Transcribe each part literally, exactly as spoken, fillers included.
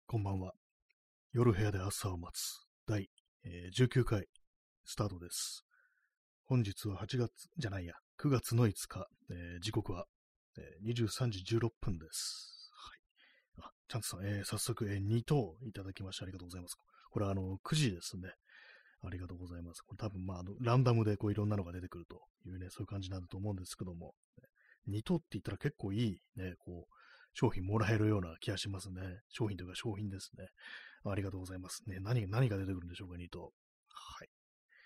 こんばんは。夜部屋で朝を待つ第、えーじゅうきゅうかいスタートです。本日ははちがつじゃないや、くがつのいつか、えー時刻は、えーにじゅうさんじじゅうろっぷんです。はい。あ、チャンツさん、えー早速、えーに等いただきましてありがとうございます。これはあのくじですね。ありがとうございます。これ多分、まあ、あのランダムでこういろんなのが出てくるというね、そういう感じなんだと思うんですけども、に等って言ったら結構いいね、こう、商品もらえるような気がしますね。商品というか商品ですね。ありがとうございますね。何、何が出てくるんでしょうか、に等。はい。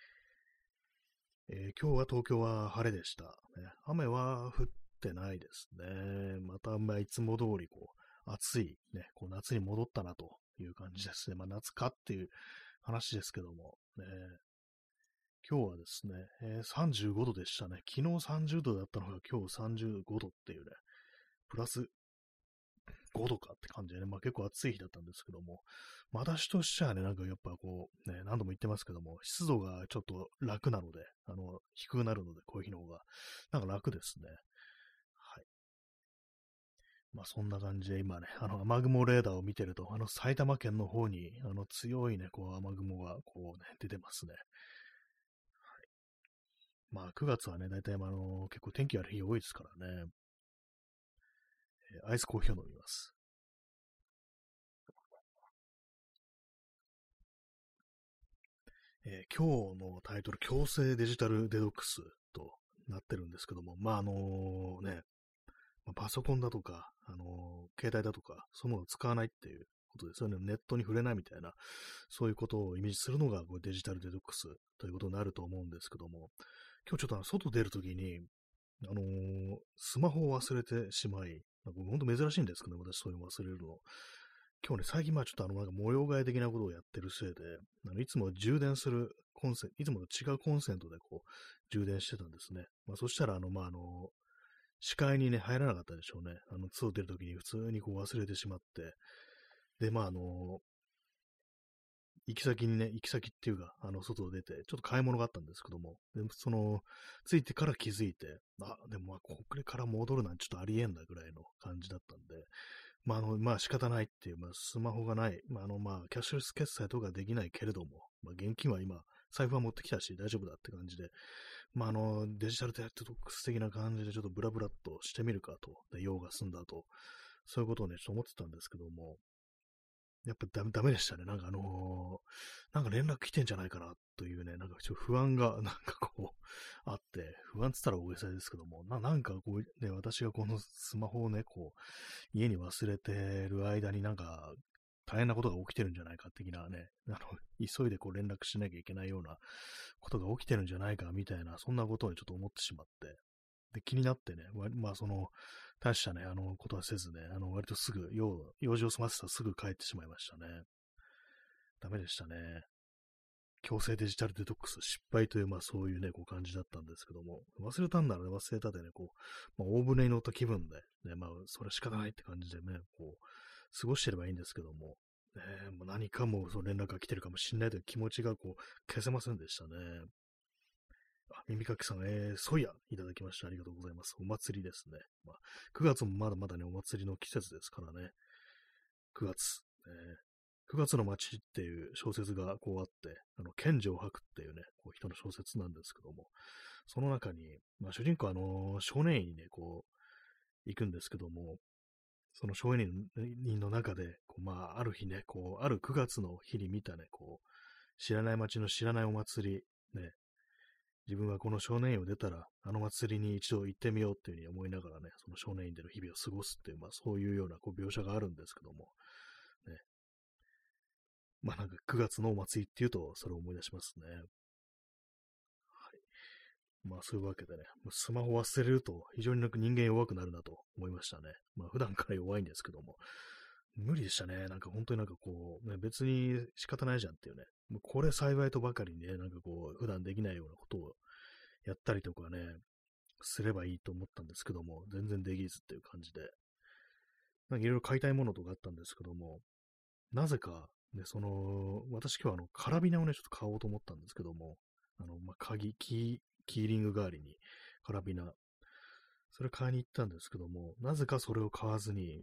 えー今日は東京は晴れでした。ね、雨は降ってないですね。また、まあ、いつも通り、こう、暑い、ね、こう夏に戻ったなという感じですね。まあ、夏かっていう話ですけども、ね、今日はですね、えーさんじゅうごどでしたね。昨日さんじゅうどだったのが今日さんじゅうごどっていうね、プラスごどかって感じでね、まあ結構暑い日だったんですけども、私としてはね、なんかやっぱこう、ね、何度も言ってますけども、湿度がちょっと楽なので、あの、低くなるので、こういう日の方が、なんか楽ですね。はい。まあそんな感じで今ね、あの雨雲レーダーを見てると、あの埼玉県の方に、あの強いね、こう雨雲がこうね、出てますね。まあくがつはね、大体あの、結構天気悪い日多いですからね、えーアイスコーヒーを飲みます。えー今日のタイトル、強制デジタルデトックスとなってるんですけども、まあ、あのね、まあパソコンだとか、あのー携帯だとか、そういうものを使わないっていうことですよね。ネットに触れないみたいな、そういうことをイメージするのがこれデジタルデトックスということになると思うんですけども、今日ちょっとあの外出るときに、あのースマホを忘れてしまい、なんか本当珍しいんですけど、私そういうの忘れるの。今日ね、最近まあちょっとあのなんか模様替え的なことをやってるせいで、あのいつも充電するコンセント、いつもと違うコンセントでこう充電してたんですね。まあそしたらあのまああの、視界にね、入らなかったでしょうね。あの、通を出るときに普通にこう忘れてしまって、で、まああの、行き先にね、行き先っていうか、あの、外を出て、ちょっと買い物があったんですけども、でその、着いてから気づいて、あ、でもまあ、これから戻るなんてちょっとありえんだぐらいの感じだったんで、まあ、あの、まあ仕方ないっていう、まあスマホがない、まああの、まあキャッシュレス決済とかできないけれども、まあ現金は今、財布は持ってきたし大丈夫だって感じで、まああの、デジタルデトックス的な感じでちょっとブラブラっとしてみるかと、で用が済んだと、そういうことをね、ちょっと思ってたんですけども、やっぱダメ、ダメでしたね。なんかあのーなんか連絡来てんじゃないかなというね、なんかちょっと不安が、なんかこう、あって、不安っつったら大げさですけども、ななんかこう、ね、私がこのスマホをね、こう、家に忘れてる間になんか、大変なことが起きてるんじゃないか的なね、あの、急いでこう連絡しなきゃいけないようなことが起きてるんじゃないかみたいな、そんなことにちょっと思ってしまって、で、気になってね、わまあその、大したね、あの、ことはせずね、あの、割とすぐ、用、用事を済ませたらすぐ帰ってしまいましたね。ダメでしたね。強制デジタルデトックス失敗という、まあそういうね、こう感じだったんですけども、忘れたんならね、忘れたでね、こう、まあ大船に乗った気分で、ね、まあそれは仕方ないって感じでね、こう、過ごしてればいいんですけども、ね、もう何かもそう連絡が来てるかもしれないという気持ちがこう、消せませんでしたね。あ、耳かきさん、えー、ソイヤいただきましてありがとうございます。お祭りですね。まあ、くがつもまだまだね、お祭りの季節ですからね。くがつ。えーくがつの街っていう小説がこうあって、あの、賢治を吐くっていうね、こう人の小説なんですけども、その中に、まあ主人公はあの、少年院にね、こう、行くんですけども、その少年院の中で、こうまあ、ある日ね、こう、あるくがつの日に見たね、こう、知らない街の知らないお祭り、ね、自分はこの少年院を出たら、あの祭りに一度行ってみようっていうふうに思いながらね、その少年院での日々を過ごすっていう、まあそういうようなこう描写があるんですけども、ね、まあなんかくがつのお祭りっていうと、それを思い出しますね。はい。まあそういうわけでね、スマホ忘れると非常になんか人間弱くなるなと思いましたね。まあ普段から弱いんですけども、無理でしたね。なんか本当になんかこう、ね、別に仕方ないじゃんっていうね、もうこれ幸いとばかりにね、なんかこう、普段できないようなことをやったりとかね、すればいいと思ったんですけども、全然できずっていう感じで、なんかいろいろ買いたいものとかあったんですけども、なぜか、ね、その、私今日あの、カラビナをね、ちょっと買おうと思ったんですけども、あの、まあ、鍵、キー、キーリング代わりに、カラビナ、それ買いに行ったんですけども、なぜかそれを買わずに、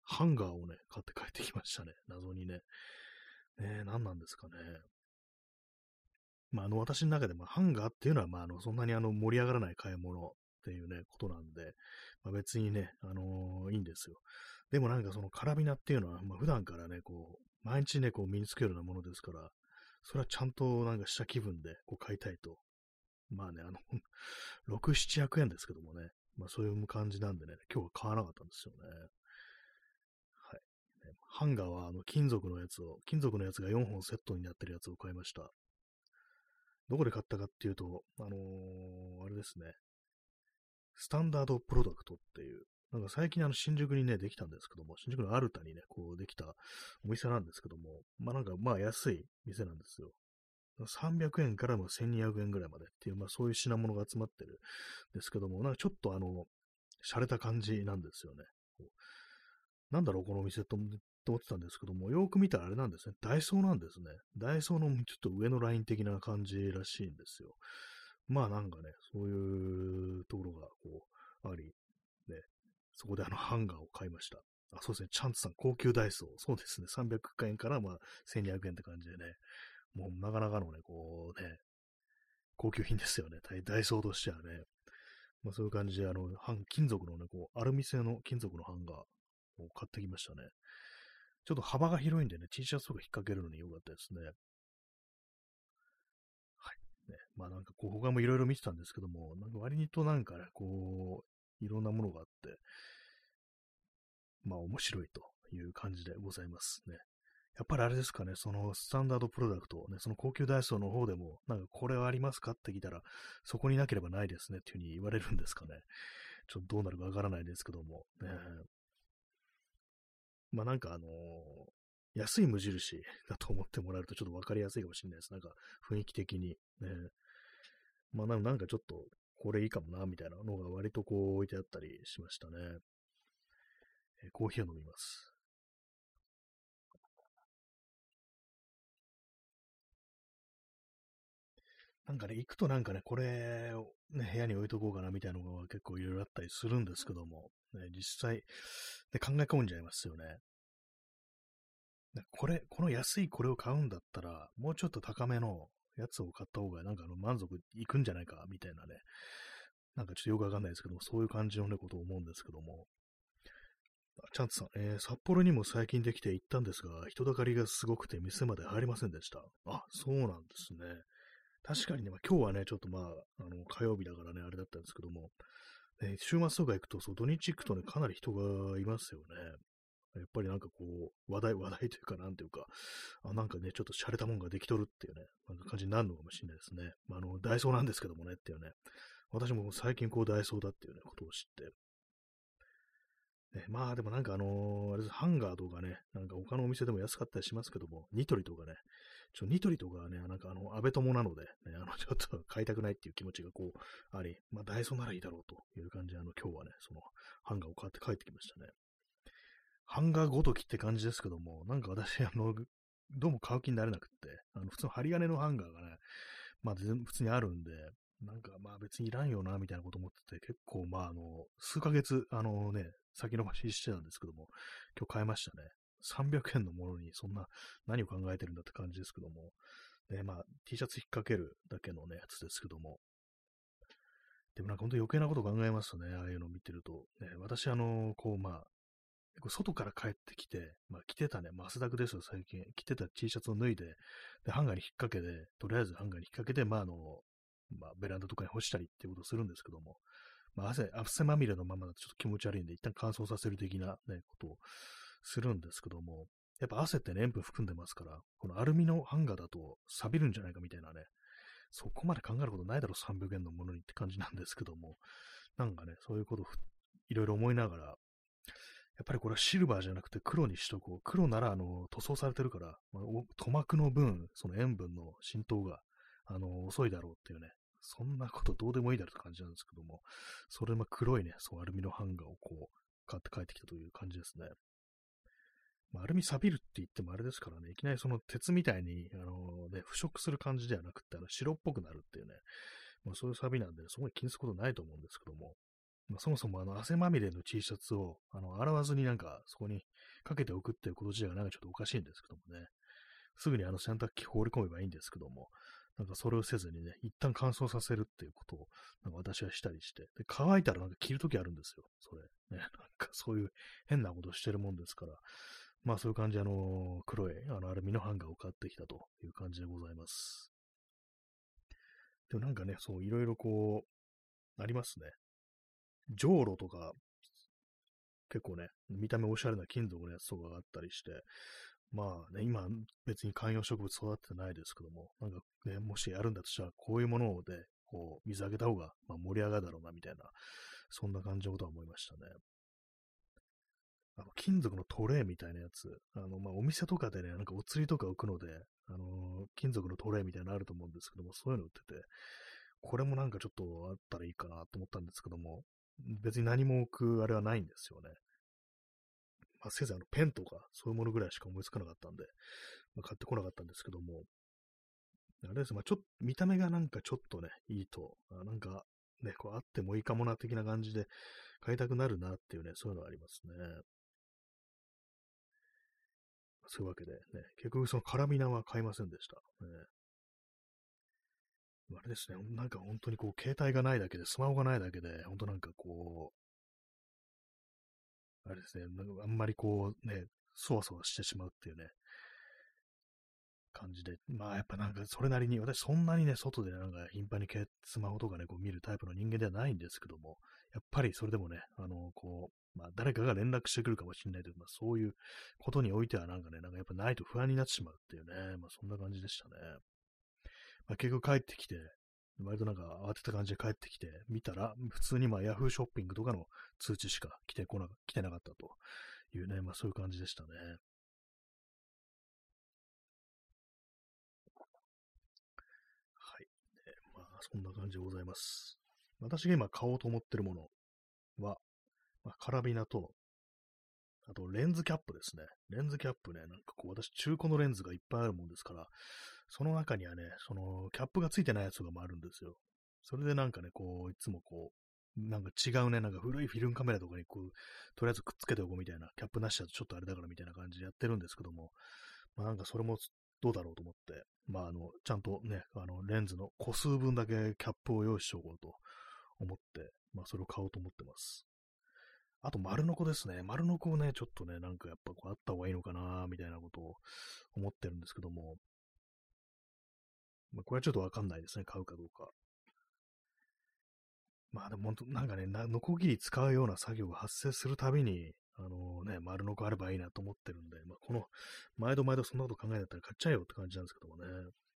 ハンガーをね、買って帰ってきましたね。謎にね。ねえ、何なんですかね。まあ、あの、私の中でもハンガーっていうのは、まあ、あの、そんなにあの、盛り上がらない買い物っていうね、ことなんで、まあ、別にね、あのーいいんですよ。でもなんかそのカラビナっていうのは、まあ、普段からね、こう、毎日ね、こう身につけるようなものですから、それはちゃんとなんかした気分でこう買いたいと。まあね、あの、ろく、ななひゃくえんですけどもね、まあそういう感じなんでね、今日は買わなかったんですよね。はい。ねハンガーはあの金属のやつを、金属のやつがよんほんセットになってるやつを買いました。どこで買ったかっていうと、あのーあれですね、スタンダードプロダクトっていう、なんか最近あの新宿にね、できたんですけども、新宿のアルタにね、こうできたお店なんですけども、まあなんかまあ安い店なんですよ。さんびゃくえんからまあせんにひゃくえんぐらいまでっていう、まあそういう品物が集まってるんですけども、なんかちょっとあの、洒落た感じなんですよね。こうなんだろう、このお店と思ってたんですけども、よーく見たらあれなんですね。ダイソーなんですね。ダイソーのちょっと上のライン的な感じらしいんですよ。まあなんかね、そういうところがこう、あり、ね、そこであのハンガーを買いました。あ、そうですね。チャンツさん、高級ダイソー。そうですね。さんびゃくえんからまあせんにひゃくえんって感じでね、もうなかなかのね、こうね、高級品ですよね。ダイダイソーとしてはね。まあそういう感じで、あの、金属のね、こう、アルミ製の金属のハンガーを買ってきましたね。ちょっと幅が広いんでね、T シャツとか引っ掛けるのに良かったですね。はい。ね、まあなんかこう他もいろいろ見てたんですけども、なんか割となんかね、こう、いろんなものがあって、まあ面白いという感じでございますね。やっぱりあれですかね、そのスタンダードプロダクト、ね、その高級ダイソーの方でも、なんかこれはありますかって聞いたら、そこになければないですねっていうふうに言われるんですかね。ちょっとどうなるかわからないですけども。ね、まあなんかあのー安い無印だと思ってもらえるとちょっとわかりやすいかもしれないです。なんか雰囲気的に。ね、まあなんかちょっとこれいいかもな、みたいなのが割とこう置いてあったりしましたね。えーコーヒーを飲みます。なんかね、行くとなんかね、これをね、部屋に置いとこうかなみたいなのが結構いろいろあったりするんですけども、ね、実際、で考え込んじゃいますよね。これ、この安いこれを買うんだったら、もうちょっと高めのやつを買った方が、なんかあの満足いくんじゃないか、みたいなね。なんかちょっとよくわかんないですけども、そういう感じのね、ことを思うんですけども。チャンツさん、えー札幌にも最近できて行ったんですが、人だかりがすごくて店まで入りませんでした。あ、そうなんですね。確かにね、まあ、今日はね、ちょっとまあ、あの、火曜日だからね、あれだったんですけども、ね、週末とか行くと、そう、土日行くとね、かなり人がいますよね。やっぱりなんかこう、話題、話題というか、なんていうか、あ、なんかね、ちょっと洒落たもんができとるっていうね、なんか感じになるのかもしれないですね。まあ、あの、ダイソーなんですけどもねっていうね、私も最近こう、ダイソーだっていうね、ことを知って、ね、まあでもなんかあのーあれです、ハンガーとかね、なんか他のお店でも安かったりしますけども、ニトリとかね、ちょニトリとかはね、なんかあの、安倍友なので、ね、あの、ちょっと買いたくないっていう気持ちがこう、あり、まあダイソーならいいだろうという感じで、あの、今日はね、その、ハンガーを買って帰ってきましたね。ハンガーごときって感じですけども、なんか私、あの、どうも買う気になれなくって、あの、普通の針金のハンガーがね、まあ全然普通にあるんで、なんかまあ別にいらんよな、みたいなこと思ってて、結構まああの、数ヶ月、あのね、先延ばししてたんですけども、今日買いましたね。さんびゃくえんのものにそんな何を考えてるんだって感じですけども、で、まあ T シャツ引っ掛けるだけのね、やつですけども、でもなんか本当余計なこと考えますね、ああいうのを見てると。ね、私あの、こうまあ、結構外から帰ってきて、まあ着てたね、まあ汗だくですよ、最近。着てた T シャツを脱いで、で、ハンガーに引っ掛けて、とりあえずハンガーに引っ掛けて、まああの、まあ、ベランダとかに干したりっていうことをするんですけども、まあ、汗、汗まみれのままだとちょっと気持ち悪いんで、一旦乾燥させる的なね、ことをするんですけども、やっぱ汗ってね、塩分含んでますから、このアルミのハンガーだと錆びるんじゃないかみたいなね、そこまで考えることないだろう、さんびゃくえんのものにって感じなんですけども、なんかね、そういうことをいろいろ思いながら、やっぱりこれはシルバーじゃなくて黒にしとこう。黒なら、あの、塗装されてるから、まあ、塗膜の分、その塩分の浸透が、あの、遅いだろうっていうね。そんなことどうでもいいだろうって感じなんですけども、それ、ま黒いね、そうアルミのハンガーをこう、買って帰ってきたという感じですね。まあ、アルミ錆びるって言ってもあれですからね、いきなりその鉄みたいに、あのね、腐食する感じではなくて、あの白っぽくなるっていうね、まあ、そういう錆びなんで、ね、そこに気にすることないと思うんですけども、 まあ、そもそもあの汗まみれの T シャツをあの洗わずになんかそこにかけておくっていうこと自体がなんかちょっとおかしいんですけどもね。すぐにあの洗濯機放り込めばいいんですけども、なんかそれをせずにね、一旦乾燥させるっていうことをなんか私はしたりして、で乾いたらなんか着るときあるんですよ、それ。ね、なんかそういう変なことしてるもんですから、まあそういう感じであの黒いあのアルミのハンガーを買ってきたという感じでございます。でもなんかね、そういろいろこう、ありますね。じょうろとか、結構ね、見た目おしゃれな金属のやつとかがあったりして、まあね、今別に観葉植物育ててないですけども、なんかね、もしやるんだとしたら、こういうもので、こう、水あげた方が、まあ、盛り上がるだろうな、みたいな、そんな感じのことは思いましたね。あの、金属のトレイみたいなやつ、あの、まあ、お店とかでね、なんかお釣りとか置くので、あのー金属のトレイみたいなのあると思うんですけども、そういうの売ってて、これもなんかちょっとあったらいいかなと思ったんですけども、別に何も置くあれはないんですよね。まあ、せいぜいあのペンとか、そういうものぐらいしか思いつかなかったんで、まあ、買ってこなかったんですけども、あれです。まあ、ちょっと、見た目がなんかちょっとね、いいと、あなんか、ね、こうあってもいいかもな、的な感じで買いたくなるなっていうね、そういうのはありますね。そういうわけでね、結局そのカラビナは買いませんでした。ね、あれですね、なんか本当にこう、携帯がないだけで、スマホがないだけで、本当なんかこう、あれですね、なんかあんまりこう、ね、そわそわしてしまうっていうね、感じで、まあやっぱなんかそれなりに、私そんなにね、外でなんか頻繁にけスマホとかね、こう見るタイプの人間ではないんですけども、やっぱりそれでもね、あの、こう、まあ誰かが連絡してくるかもしれないという、まあそういうことにおいてはなんかね、なんかやっぱないと不安になってしまうっていうね、まあそんな感じでしたね。まあ結局帰ってきて、割となんか慌てた感じで帰ってきて、見たら、普通にまあ Yahoo ショッピングとかの通知しか来てこな、来てなかったというね、まあそういう感じでしたね。はい。でまあそんな感じでございます。私が今買おうと思ってるものは、まあ、カラビナと、あとレンズキャップですね。レンズキャップね、なんかこう、私中古のレンズがいっぱいあるもんですから、その中にはね、そのキャップがついてないやつとかもあるんですよ。それでなんかね、こう、いつもこう、なんか違うね、なんか古いフィルムカメラとかにこう、とりあえずくっつけておこうみたいな、キャップなしだとちょっとあれだからみたいな感じでやってるんですけども、まあなんかそれもどうだろうと思って、まああの、ちゃんとね、あの、レンズの個数分だけキャップを用意しておこうと思って、まあそれを買おうと思ってます。あと、丸ノコですね。丸ノコをね、ちょっとね、なんかやっぱこうあった方がいいのかな、みたいなことを思ってるんですけども、まあ、これはちょっとわかんないですね、買うかどうか。まあでも本当、なんかね、なノコギリ使うような作業が発生するたびに、あのね、丸ノコあればいいなと思ってるんで、まあ、この、毎度毎度そんなこと考えだったら買っちゃえよって感じなんですけどもね。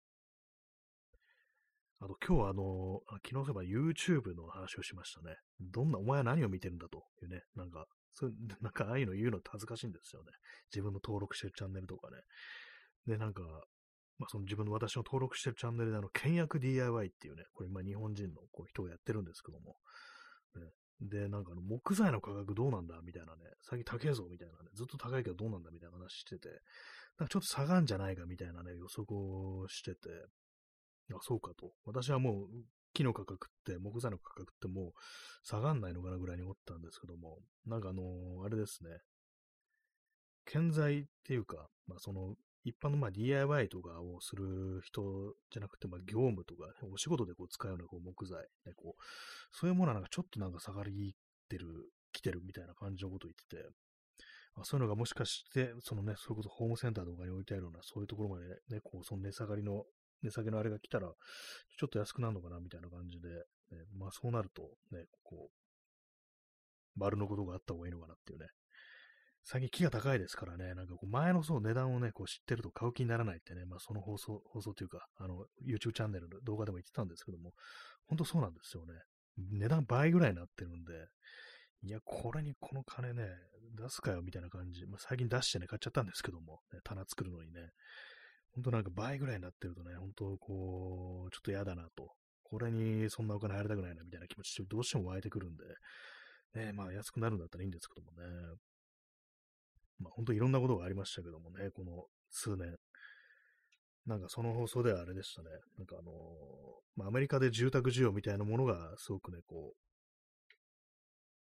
あと今日はあの、あ昨日そういえば YouTube の話をしましたね。どんな、お前は何を見てるんだというね、なんか、そう、なんかああいうの言うのって恥ずかしいんですよね。自分の登録してるチャンネルとかね。で、なんか、まあ、その自分の私の登録してるチャンネルであの、倹約 ディーアイワイ っていうね、これ今日本人のこう人をやってるんですけども、ね、で、なんかあの、木材の価格どうなんだみたいなね、最近高いぞみたいなね、ずっと高いけどどうなんだみたいな話してて、なんかちょっと下がんじゃないかみたいなね、予測をしてて、あ、そうかと。私はもう、木の価格って、木材の価格ってもう下がんないのかなぐらいに思ったんですけども、なんかあのーあれですね、建材っていうか、まあその、一般のまあ ディーアイワイ とかをする人じゃなくて、まあ業務とか、ね、お仕事でこう使うようなこう木材、ね、こう、そういうものはなんかちょっとなんか下がりってる、来てるみたいな感じのことを言ってて、あ、そういうのがもしかして、そのね、それこそホームセンターとかに置いてあるような、そういうところまでね、こう、その値下がりの、値下げのあれが来たら、ちょっと安くなるのかな、みたいな感じで、ね、まあそうなると、ね、こう、丸のことがあった方がいいのかなっていうね。最近木が高いですからね、なんかこう前のそう値段をね、こう知ってると買う気にならないってね、まあその放送、放送というか、あの、YouTube チャンネルの動画でも言ってたんですけども、本当そうなんですよね。値段倍ぐらいになってるんで、いや、これにこの金ね、出すかよみたいな感じ。まあ、最近出してね、買っちゃったんですけども、ね、棚作るのにね、ほんとなんか倍ぐらいになってるとね、本当こう、ちょっと嫌だなと。これにそんなお金入りたくないなみたいな気持ち、どうしても湧いてくるんで、ね、まあ安くなるんだったらいいんですけどもね。まあ本当いろんなことがありましたけどもね、この数年。なんかその放送ではあれでしたね。なんかあのーまあアメリカで住宅需要みたいなものがすごくね、こう、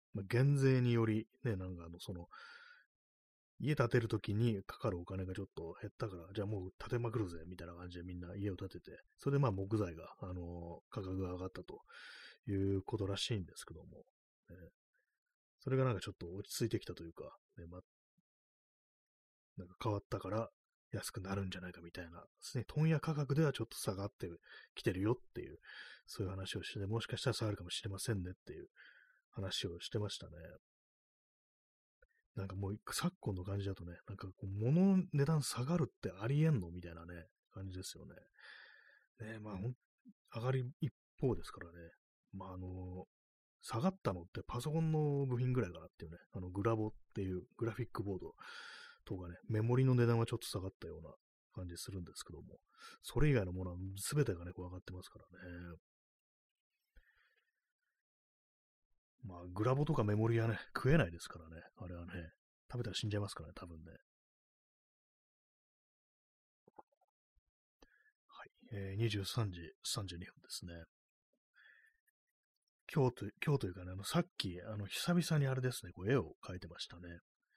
まあ、減税により、ね、なんかあの、その、家建てるときにかかるお金がちょっと減ったから、じゃあもう建てまくるぜ、みたいな感じでみんな家を建てて、それでまあ木材が、あのー価格が上がったということらしいんですけども、ね、それがなんかちょっと落ち着いてきたというか、ね、まあ、なんか変わったから安くなるんじゃないかみたいな、ですね、問屋価格ではちょっと下がってきてるよっていう、そういう話をして、もしかしたら下がるかもしれませんねっていう話をしてましたね。なんかもう昨今の感じだとね、なんかこう物の値段下がるってありえんのみたいなね、感じですよね。ねまあほん、上がり一方ですからね。まああの、下がったのってパソコンの部品ぐらいかなっていうね、あのグラボっていうグラフィックボードとかね、メモリの値段はちょっと下がったような感じするんですけども、それ以外のものは全てがね、こう上がってますからね。まあ、グラボとかメモリはね、食えないですからね。あれはね、食べたら死んじゃいますからね、多分ね。はい。えー、にじゅうさんじさんじゅうにふんですね。今日と、今日というかね、あの、さっき、あの、久々にあれですね、こう絵を描いてましたね。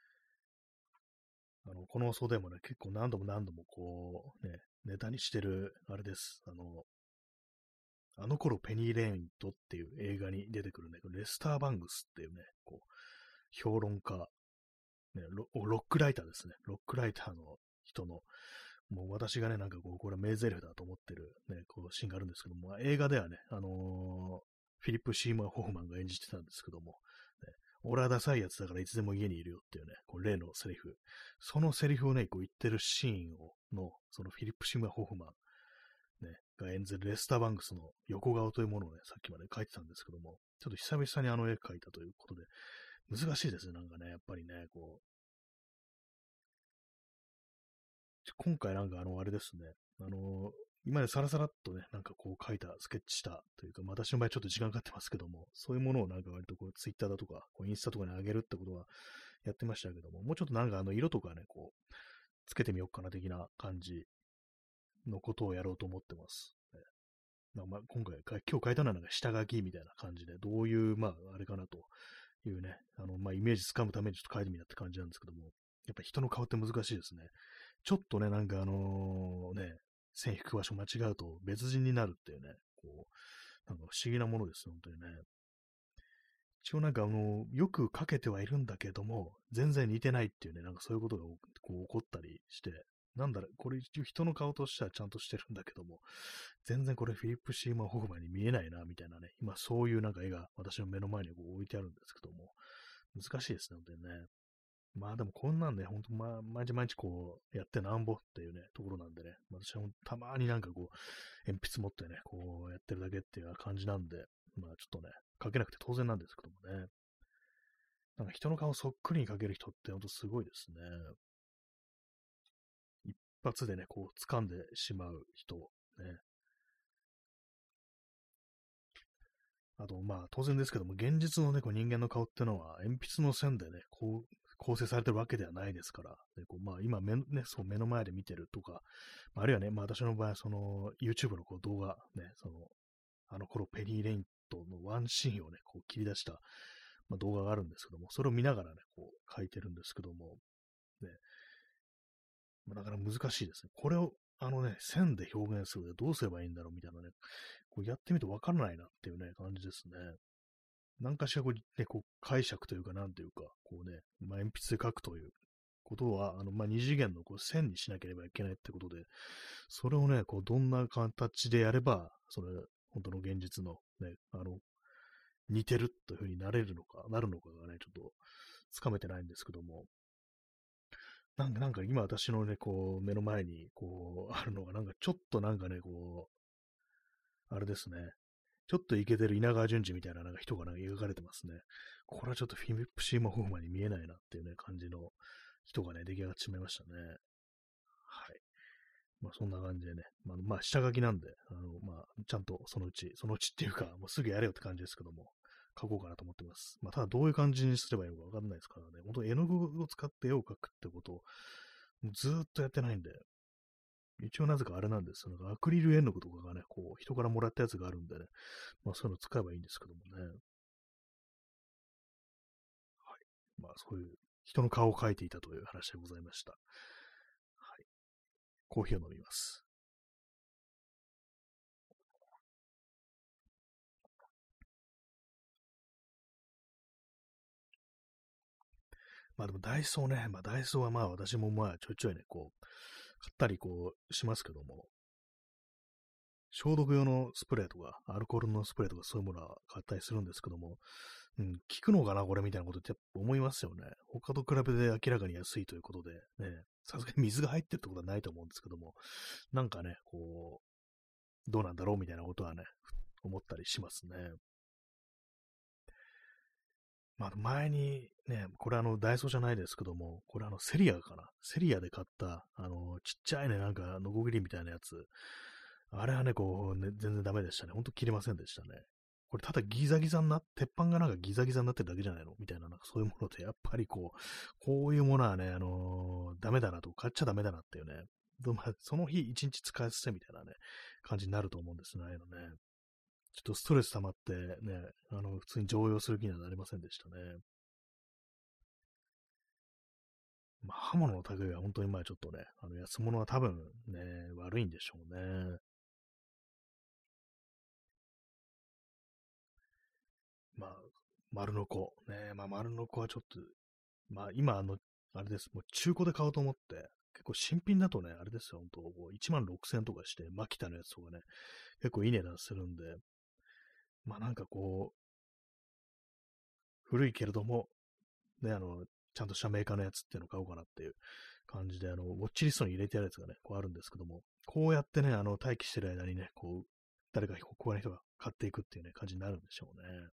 あの、この袖もね、結構何度も何度もこう、ね、ネタにしてる、あれです。あの、あの頃ペニー・レイントっていう映画に出てくるね、レスター・バングスっていうね、こう、評論家、ねロ、ロックライターですね。ロックライターの人の、もう私がね、なんかこう、これは名台詞だと思ってるね、こう、シーンがあるんですけども、映画ではね、あのーフィリップ・シーマー・ホフマンが演じてたんですけども、ね、俺はダサいやつだからいつでも家にいるよっていうね、こう例のセリフ。そのセリフをね、こう言ってるシーンを、の、そのフィリップ・シーマー・ホフマン、ね、が演ずるレスター・バンクスの横顔というものをね、さっきまで描いてたんですけども、ちょっと久々にあの絵描いたということで、難しいですね、なんかね、やっぱりね、こう、今回なんかあの、あれですね、あの、今までさらさらっとね、なんかこう書いた、スケッチしたというか、まあ私の場合ちょっと時間かかってますけども、そういうものをなんか割とこうツイッターだとか、こうインスタとかに上げるってことはやってましたけども、もうちょっとなんかあの色とかね、こう、つけてみようかな的な感じのことをやろうと思ってます。ね、まあ、まあ今回、今日書いたのはなんか下書きみたいな感じで、どういう、まああれかなというね、あの、まあイメージつかむためにちょっと書いてみたって感じなんですけども、やっぱ人の顔って難しいですね。ちょっとね、なんかあのね、線引く場所間違うと別人になるっていうね、こう、なんか不思議なものです、本当にね。一応なんかあの、よくかけてはいるんだけども、全然似てないっていうね、なんかそういうことがこう起こったりして、なんだろう、これ一応人の顔としてはちゃんとしてるんだけども、全然これフィリップ・シーマン・ホフマンに見えないな、みたいなね、今そういうなんか絵が私の目の前にこう置いてあるんですけども、難しいですね、本当にね。まあでもこんなんね、ほんと、まあ、毎日毎日こう、やってなんぼっていうね、ところなんでね、私はたまになんかこう、鉛筆持ってね、こうやってるだけっていう感じなんで、まあちょっとね、描けなくて当然なんですけどもね。なんか人の顔そっくりに描ける人ってほんとすごいですね。一発でね、こう掴んでしまう人、ね。あと、まあ、当然ですけども、現実のね、こう人間の顔ってのは、鉛筆の線でね、こう、構成されてるわけではないですから、でこうまあ、今目、ね、そう目の前で見てるとか、まあ、あるいはね、まあ、私の場合、その、YouTube のこう動画、ね、その、あの頃、ペニー・レイントのワンシーンをね、こう切り出した、まあ、動画があるんですけども、それを見ながらね、こう、書いてるんですけども、ね、まあ、だから難しいですね。これを、あのね、線で表現するのでどうすればいいんだろうみたいなね、こうやってみるとわからないなっていうね、感じですね。何かしらこう、ね、こう解釈というか、なんというか、こうね、まあ、鉛筆で書くということは、あの、まあ、二次元のこう線にしなければいけないってことで、それをね、こう、どんな形でやれば、それ、本当の現実の、ね、あの、似てるというふうになれるのか、なるのかがね、ちょっと、つかめてないんですけども、なんか、なんか今私のね、こう、目の前に、こう、あるのが、なんかちょっとなんかね、こう、あれですね、ちょっとイケてる稲川淳二みたいななんか人がなんか描かれてますね。これはちょっとフィリップ・シーマー・ホフマンに見えないなっていうね、感じの人がね、出来上がってしまいましたね。はい。まあそんな感じでね、まあ、まあ下書きなんで、あの、まあちゃんとそのうち、そのうちっていうか、もうすぐやれよって感じですけども、書こうかなと思ってます。まあただどういう感じにすればいいのかわかんないですからね、本当絵の具を使って絵を描くってことをずーっとやってないんで、一応なぜかあれなんです。なんかアクリル絵の具とかがね、こう人からもらったやつがあるんでね、まあそういうの使えばいいんですけどもね。 まあそういう人の顔を描いていたという話でございました。はい。コーヒーを飲みます。まあでもダイソーね、まあダイソーはまあ私もまあちょいちょいね、こう、買ったりこうしますけども、消毒用のスプレーとか、アルコールのスプレーとかそういうものは買ったりするんですけども、うん、効くのかな、これみたいなことってやっぱ思いますよね。他と比べて明らかに安いということで、ね、さすがに水が入ってるってことはないと思うんですけども、なんかね、こう、どうなんだろうみたいなことはね、思ったりしますね。まあ、前にね、これあの、ダイソーじゃないですけども、これあの、セリアかな。セリアで買った、あの、ちっちゃいね、なんか、ノコギリみたいなやつ。あれはね、こう、ね、全然ダメでしたね。ほんと切れませんでしたね。これただギザギザになっ、鉄板がなんかギザギザになってるだけじゃないのみたいな、なんかそういうもので、やっぱりこう、こういうものはね、あのーダメだなと、買っちゃダメだなっていうね。でまあ、その日一日使わせてみたいなね、感じになると思うんですね、ああいうのね。ちょっとストレス溜まってね、あの、普通に常用する気にはなりませんでしたね。まあ、刃物の類は本当にまあちょっとね、あの安物は多分ね、悪いんでしょうね。まあ、丸のこ。ね、まあ丸のこはちょっと、まあ今あの、あれです、もう中古で買おうと思って、結構新品だとね、あれですよ、本当こういちまんろくせんとかして、マキタのやつとかね、結構いい値段するんで、まあなんかこう、古いけれども、ね、あの、ちゃんとしたメーカーのやつっていうのを買おうかなっていう感じで、あの、ウォッチリストに入れてあるやつがね、こうあるんですけども、こうやってね、あの、待機してる間にね、こう、誰か他の人が買っていくっていうね、感じになるんでしょうね。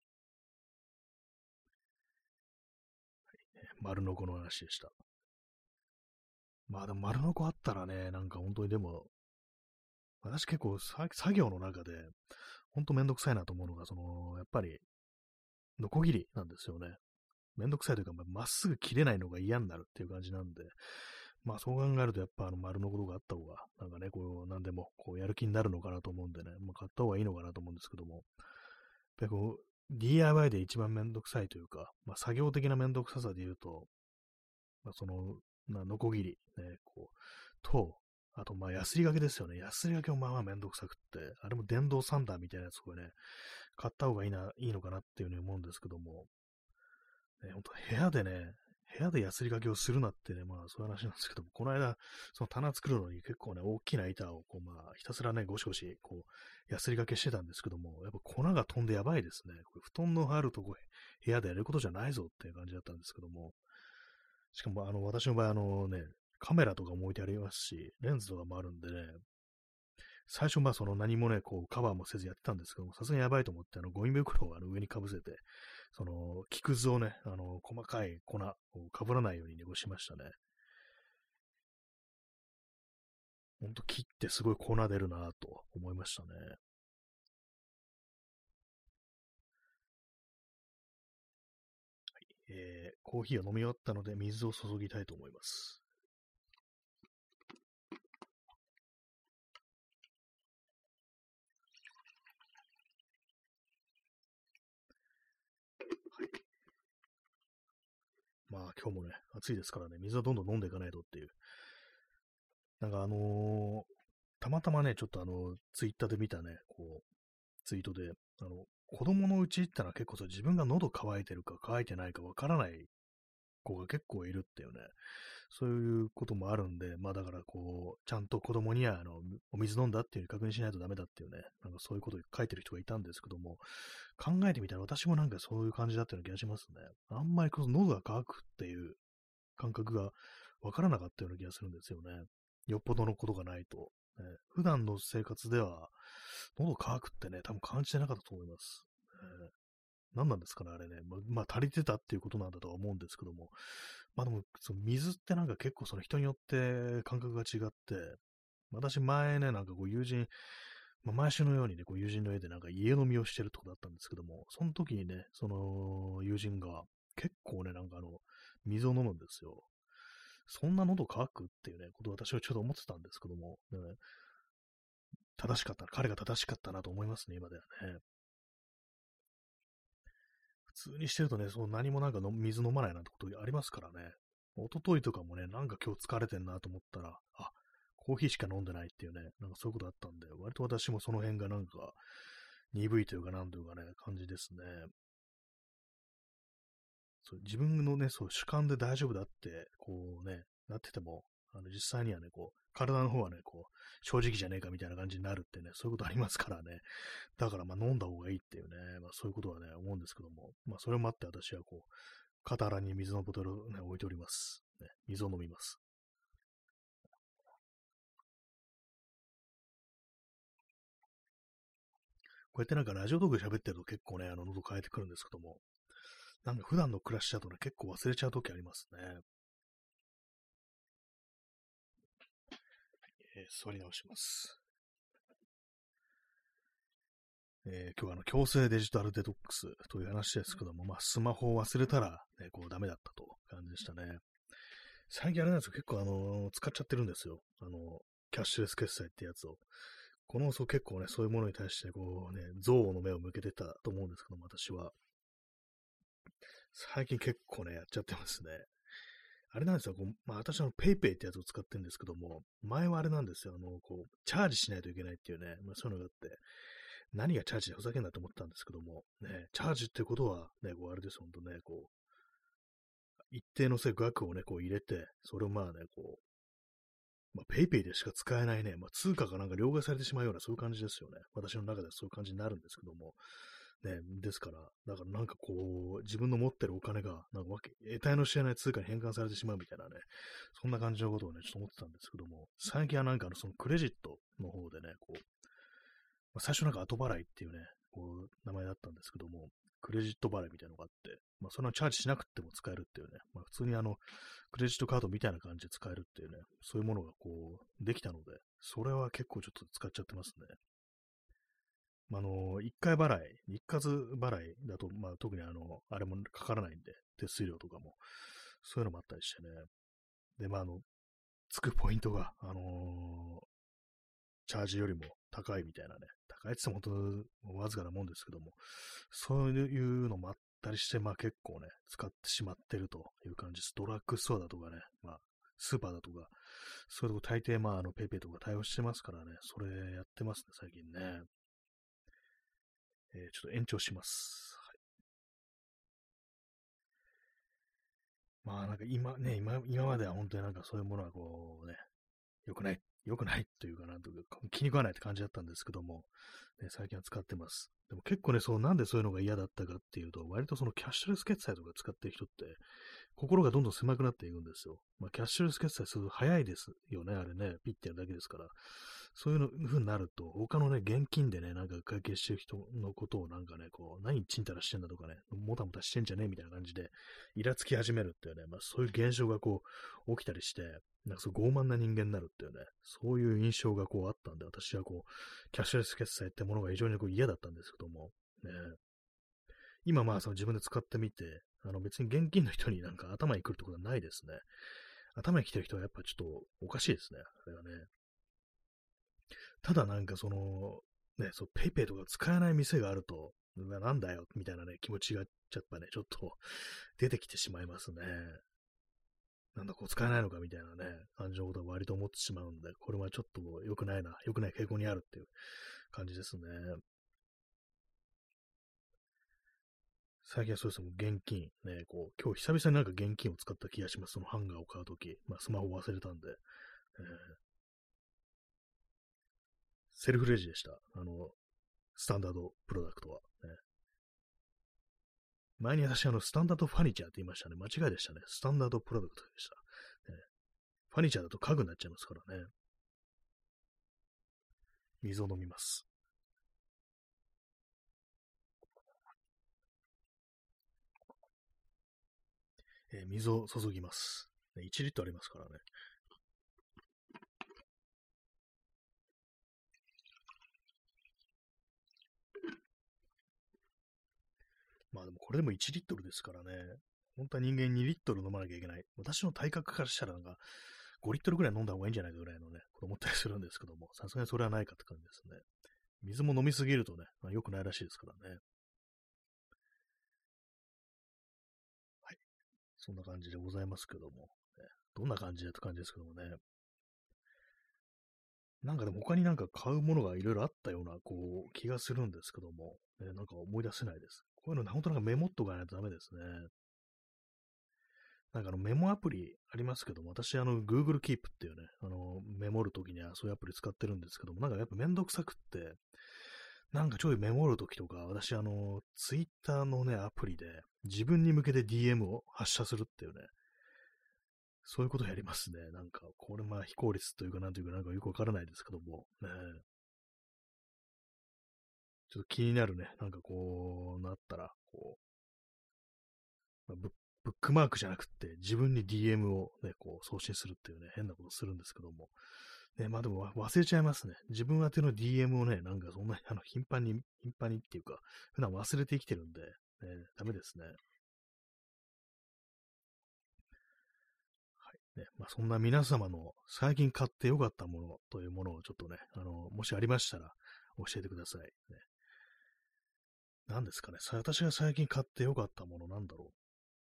丸のこの話でした。まあでも丸のこあったらね、なんか本当にでも、私結構さ作業の中で、ほんとめんどくさいなと思うのが、その、やっぱり、ノコギリなんですよね。めんどくさいというか、まっすぐ切れないのが嫌になるっていう感じなんで、まあそう考えるとやっぱあの丸のことがあった方が、なんかね、こう、なんでもこうやる気になるのかなと思うんでね、まあ買った方がいいのかなと思うんですけども、やっぱりこう、ディーアイワイ で一番めんどくさいというか、まあ作業的なめんどくささで言うと、まあその、まあ、ノコギリ、ね、こう、と、あと、まあ、ヤスリがけですよね。ヤスリがけもまあまあめんどくさくって、あれも電動サンダーみたいなやつをね、買った方がいいな、いいのかなっていうふうに思うんですけども、ね、本当部屋でね、部屋でヤスリ掛けをするなってね、まあそういう話なんですけども、この間、その棚作るのに結構ね、大きな板をこう、まあ、ひたすらね、ゴシゴシ、こう、ヤスリ掛けしてたんですけども、やっぱ粉が飛んでやばいですね。これ布団のあるとこ、部屋でやることじゃないぞっていう感じだったんですけども、しかも、あの、私の場合、あのね、カメラとかも置いてありますし、レンズとかもあるんでね、最初、まあ、その何もね、こう、カバーもせずやってたんですけども、さすがにやばいと思って、あの、ゴミ袋をあの上にかぶせて、その、木くずをね、あの、細かい粉をかぶらないようにね、こうしましたね。ほんと、木ってすごい粉出るなと思いましたね。えー、コーヒーを飲み終わったので、水を注ぎたいと思います。はい。まあ、今日もね、暑いですからね、水はどんどん飲んでいかないとっていう。なんかあのーたまたまね、ちょっとあの、ツイッターで見たね、こう、ツイートで、あの、子供のうちってのは結構そう自分が喉乾いてるか乾いてないかわからない子が結構いるっていうね、そういうこともあるんで、まあだからこう、ちゃんと子供にはあの、お水飲んだっていう確認しないとダメだっていうね、なんかそういうことを書いてる人がいたんですけども、考えてみたら私もなんかそういう感じだったような気がしますね。あんまりこの喉が渇くっていう感覚がわからなかったような気がするんですよね。よっぽどのことがないと。ね、普段の生活では、喉乾くってね、多分感じてなかったと思います。えー何なんですかね、あれね。まあ、まあ、足りてたっていうことなんだとは思うんですけども。まあでも、その水ってなんか結構その人によって感覚が違って、私前ね、なんかこう友人、まあ、毎週のようにね、こう友人の家でなんか家飲みをしてるってことだったんですけども、その時にね、その友人が結構ね、なんかあの、水を飲むんですよ。そんな喉乾くっていうね、ことを私はちょっと思ってたんですけども、ね、正しかった、彼が正しかったなと思いますね、今ではね。 普通にしてるとね、そう何もなんかの水飲まないなんてことありますからね。一昨日とかもね、なんか今日疲れてんなと思ったら、あ、コーヒーしか飲んでないっていうね、なんかそういうことあったんで、割と私もその辺がなんか鈍いというかなんというかね、感じですね。そう自分のね、そう主観で大丈夫だって、こうね、なってても、あの実際にはね、こう、体の方はね、こう、正直じゃねえかみたいな感じになるってね、そういうことありますからね。だからまあ飲んだ方がいいっていうね、まあそういうことはね、思うんですけども、まあそれもあって私はこう、傍らに水のボトルをね、置いております。ね、水を飲みます。こうやってなんかラジオトークで喋ってると結構ね、あの喉乾いてくるんですけども、なんか普段の暮らしだとね、結構忘れちゃう時ありますね。えー座り直します。えー今日はあの強制デジタルデトックスという話ですけども、まあ、スマホを忘れたら、ね、こうダメだったと感じでしたね。最近あれなんですよ、結構あのー使っちゃってるんですよ。あのーキャッシュレス決済ってやつを。この放送結構ね、そういうものに対してこうね、憎悪の目を向けてたと思うんですけども、私は。最近結構ね、やっちゃってますね。あれなんですよ、こうまあ、私はあの PayPay ってやつを使ってるんですけども、前はあれなんですよ、あの、こう、チャージしないといけないっていうね、まあ、そういうのがあって、何がチャージでふざけんなと思ったんですけども、ね、チャージってことは、ね、こう、あれですよ、ほんとね、こう、一定のせ額をね、こう入れて、それをまあね、こう、まあ、ペイペイでしか使えないね、まあ、通貨がなんか両替されてしまうような、そういう感じですよね。私の中ではそういう感じになるんですけども。ね、ですから、だからなんかこう、自分の持ってるお金が、なんかわけ、得体の知れない通貨に変換されてしまうみたいなね、そんな感じのことをね、ちょっと思ってたんですけども、最近はなんかあの、そのクレジットの方でね、こう、まあ、最初なんか後払いっていうね、こう、名前だったんですけども、クレジット払いみたいなのがあって、まあ、それはチャージしなくても使えるっていうね、まあ、普通にあの、クレジットカードみたいな感じで使えるっていうね、そういうものがこう、できたので、それは結構ちょっと使っちゃってますね。まあ、あの、一回払い、一括払いだと、まあ、特にあの、あれもかからないんで、手数料とかも、そういうのもあったりしてね。で、まあ、あの、つくポイントが、あのーチャージよりも高いみたいなね、高いって言っても本当、わずかなもんですけども、そういうのもあったりして、まあ結構ね、使ってしまってるという感じです。ドラッグストアだとかね、まあ、スーパーだとか、そういうとこ大抵、まあ、あの、ペイペイとか対応してますからね、それやってますね、最近ね。えーちょっと延長します。はい、まあ、なんか今ね、今、今までは本当になんかそういうものはこうね、良くない、良くないというかなんというか、気に食わないって感じだったんですけども、ね、最近は使ってます。でも結構ね、そう、なんでそういうのが嫌だったかっていうと、割とそのキャッシュレス決済とか使ってる人って、心がどんどん狭くなっていくんですよ。まあ、キャッシュレス決済すると早いですよね、あれね、ピッてやるだけですから。そういうの風になると、他のね、現金でね、なんか会計してる人のことをなんかね、こう、何ちんたらしてんだとかね、もたもたしてんじゃねえみたいな感じで、イラつき始めるっていうね、まあそういう現象がこう、起きたりして、なんかそう傲慢な人間になるっていうね、そういう印象がこうあったんで、私はこう、キャッシュレス決済ってものが非常にこう嫌だったんですけども、ね、今まあその自分で使ってみて、あの別に現金の人になんか頭に来るってことはないですね。頭に来てる人はやっぱちょっとおかしいですね。あれはね。ただなんかその、ね、そう、ペイペイとか使えない店があると、うわ、なんだよ、みたいなね、気持ちが、やっぱね、ちょっと出てきてしまいますね。なんだ、こう使えないのかみたいなね、感じのことは割と思ってしまうんで、これはちょっと良くないな、良くない傾向にあるっていう感じですね。最近はそうですね、現金、ね、こう、今日久々になんか現金を使った気がします。そのハンガーを買うとき。まあ、スマホ忘れたんで、えーセルフレジでした。あの、スタンダードプロダクトは。ね、前に私、あの、スタンダードファニチャーって言いましたね。間違いでしたね。スタンダードプロダクトでした。ね、ファニチャーだと家具になっちゃいますからね。水を飲みます。えー水を注ぎます。いちリットルありますからね。まあでもこれでもいちリットルですからね。本当は人間にリットル飲まなきゃいけない。私の体格からしたらなんかごリットルぐらい飲んだ方がいいんじゃないかぐらいのね、こと思ったりするんですけども、さすがにそれはないかって感じですね。水も飲みすぎるとね、まあ、良くないらしいですからね。 そんな感じでございますけども、ね、どんな感じでって感じですけどもね。なんかでも他になんか買うものがいろいろあったような、こう、気がするんですけども、ね、なんか思い出せないです。こういうの本当なんかメモっとかないとダメですね。なんかあのメモアプリありますけども、私あの Google Keep っていうね、あのメモるときにはそういうアプリ使ってるんですけども、なんかやっぱめんどくさくって、なんかちょいメモるときとか、私あの Twitter のね、アプリで自分に向けて ディーエム を発射するっていうね、そういうことやりますね。なんか、これまあ非効率というかなんというかなんかよくわからないですけども、ね、ちょっと気になるね、なんかこう、なったら、こう、まあブブックマークじゃなくって、自分に ディーエム をね、こう送信するっていうね、変なことするんですけども。ね、まあでも忘れちゃいますね。自分宛ての ディーエム をね、なんかそんなにあの頻繁に、頻繁にっていうか、普段忘れて生きてるんで、ね、ダメですね。はい。ね、まあそんな皆様の最近買ってよかったものというものをちょっとね、あの、もしありましたら教えてください。ね、何ですかね。さ私が最近買ってよかったものなんだろ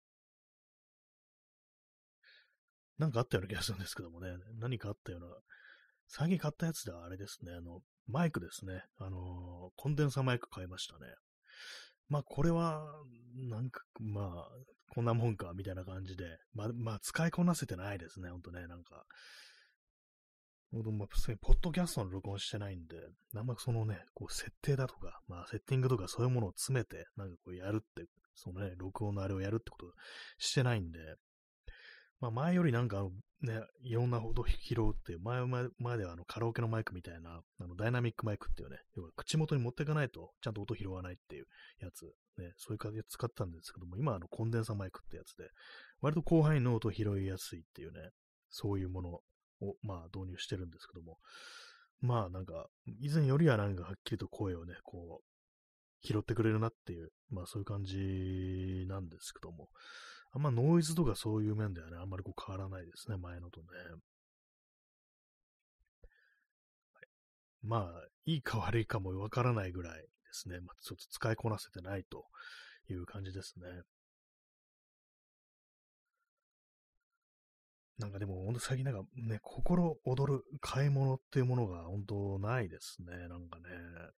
う。なんかあったような気がするんですけどもね。何かあったような。最近買ったやつではあれですね。あの、マイクですね。あのコンデンサーマイク買いましたね。まあ、これは、なんか、まあ、こんなもんか、みたいな感じで、まあ、まあ、使いこなせてないですね、ほんとね、なんか。ほんと、まあ、普通にポッドキャストの録音してないんで、あんまそのね、こう、設定だとか、まあ、セッティングとかそういうものを詰めて、なんかこう、やるって、そのね、録音のあれをやるってことしてないんで、まあ、前よりなんかあの、ね、いろんなほど拾うっていう、前ま前ではあのカラオケのマイクみたいな、あのダイナミックマイクっていうね、要は口元に持っていかないとちゃんと音拾わないっていうやつ、ね、そういう感じで使ったんですけども、今はあのコンデンサマイクってやつで、割と広範囲の音を拾いやすいっていうね、そういうものをまあ導入してるんですけども、まあなんか、以前よりはなんかはっきりと声をね、こう、拾ってくれるなっていう、まあそういう感じなんですけども、あんまノイズとかそういう面ではね、あんまりこう変わらないですね、前のとね。まあ、いいか悪いかもわからないぐらいですね。まあ、ちょっと使いこなせてないという感じですね。なんかでも、ほんと最近なんかね、心躍る買い物っていうものが本当ないですね。なんかね、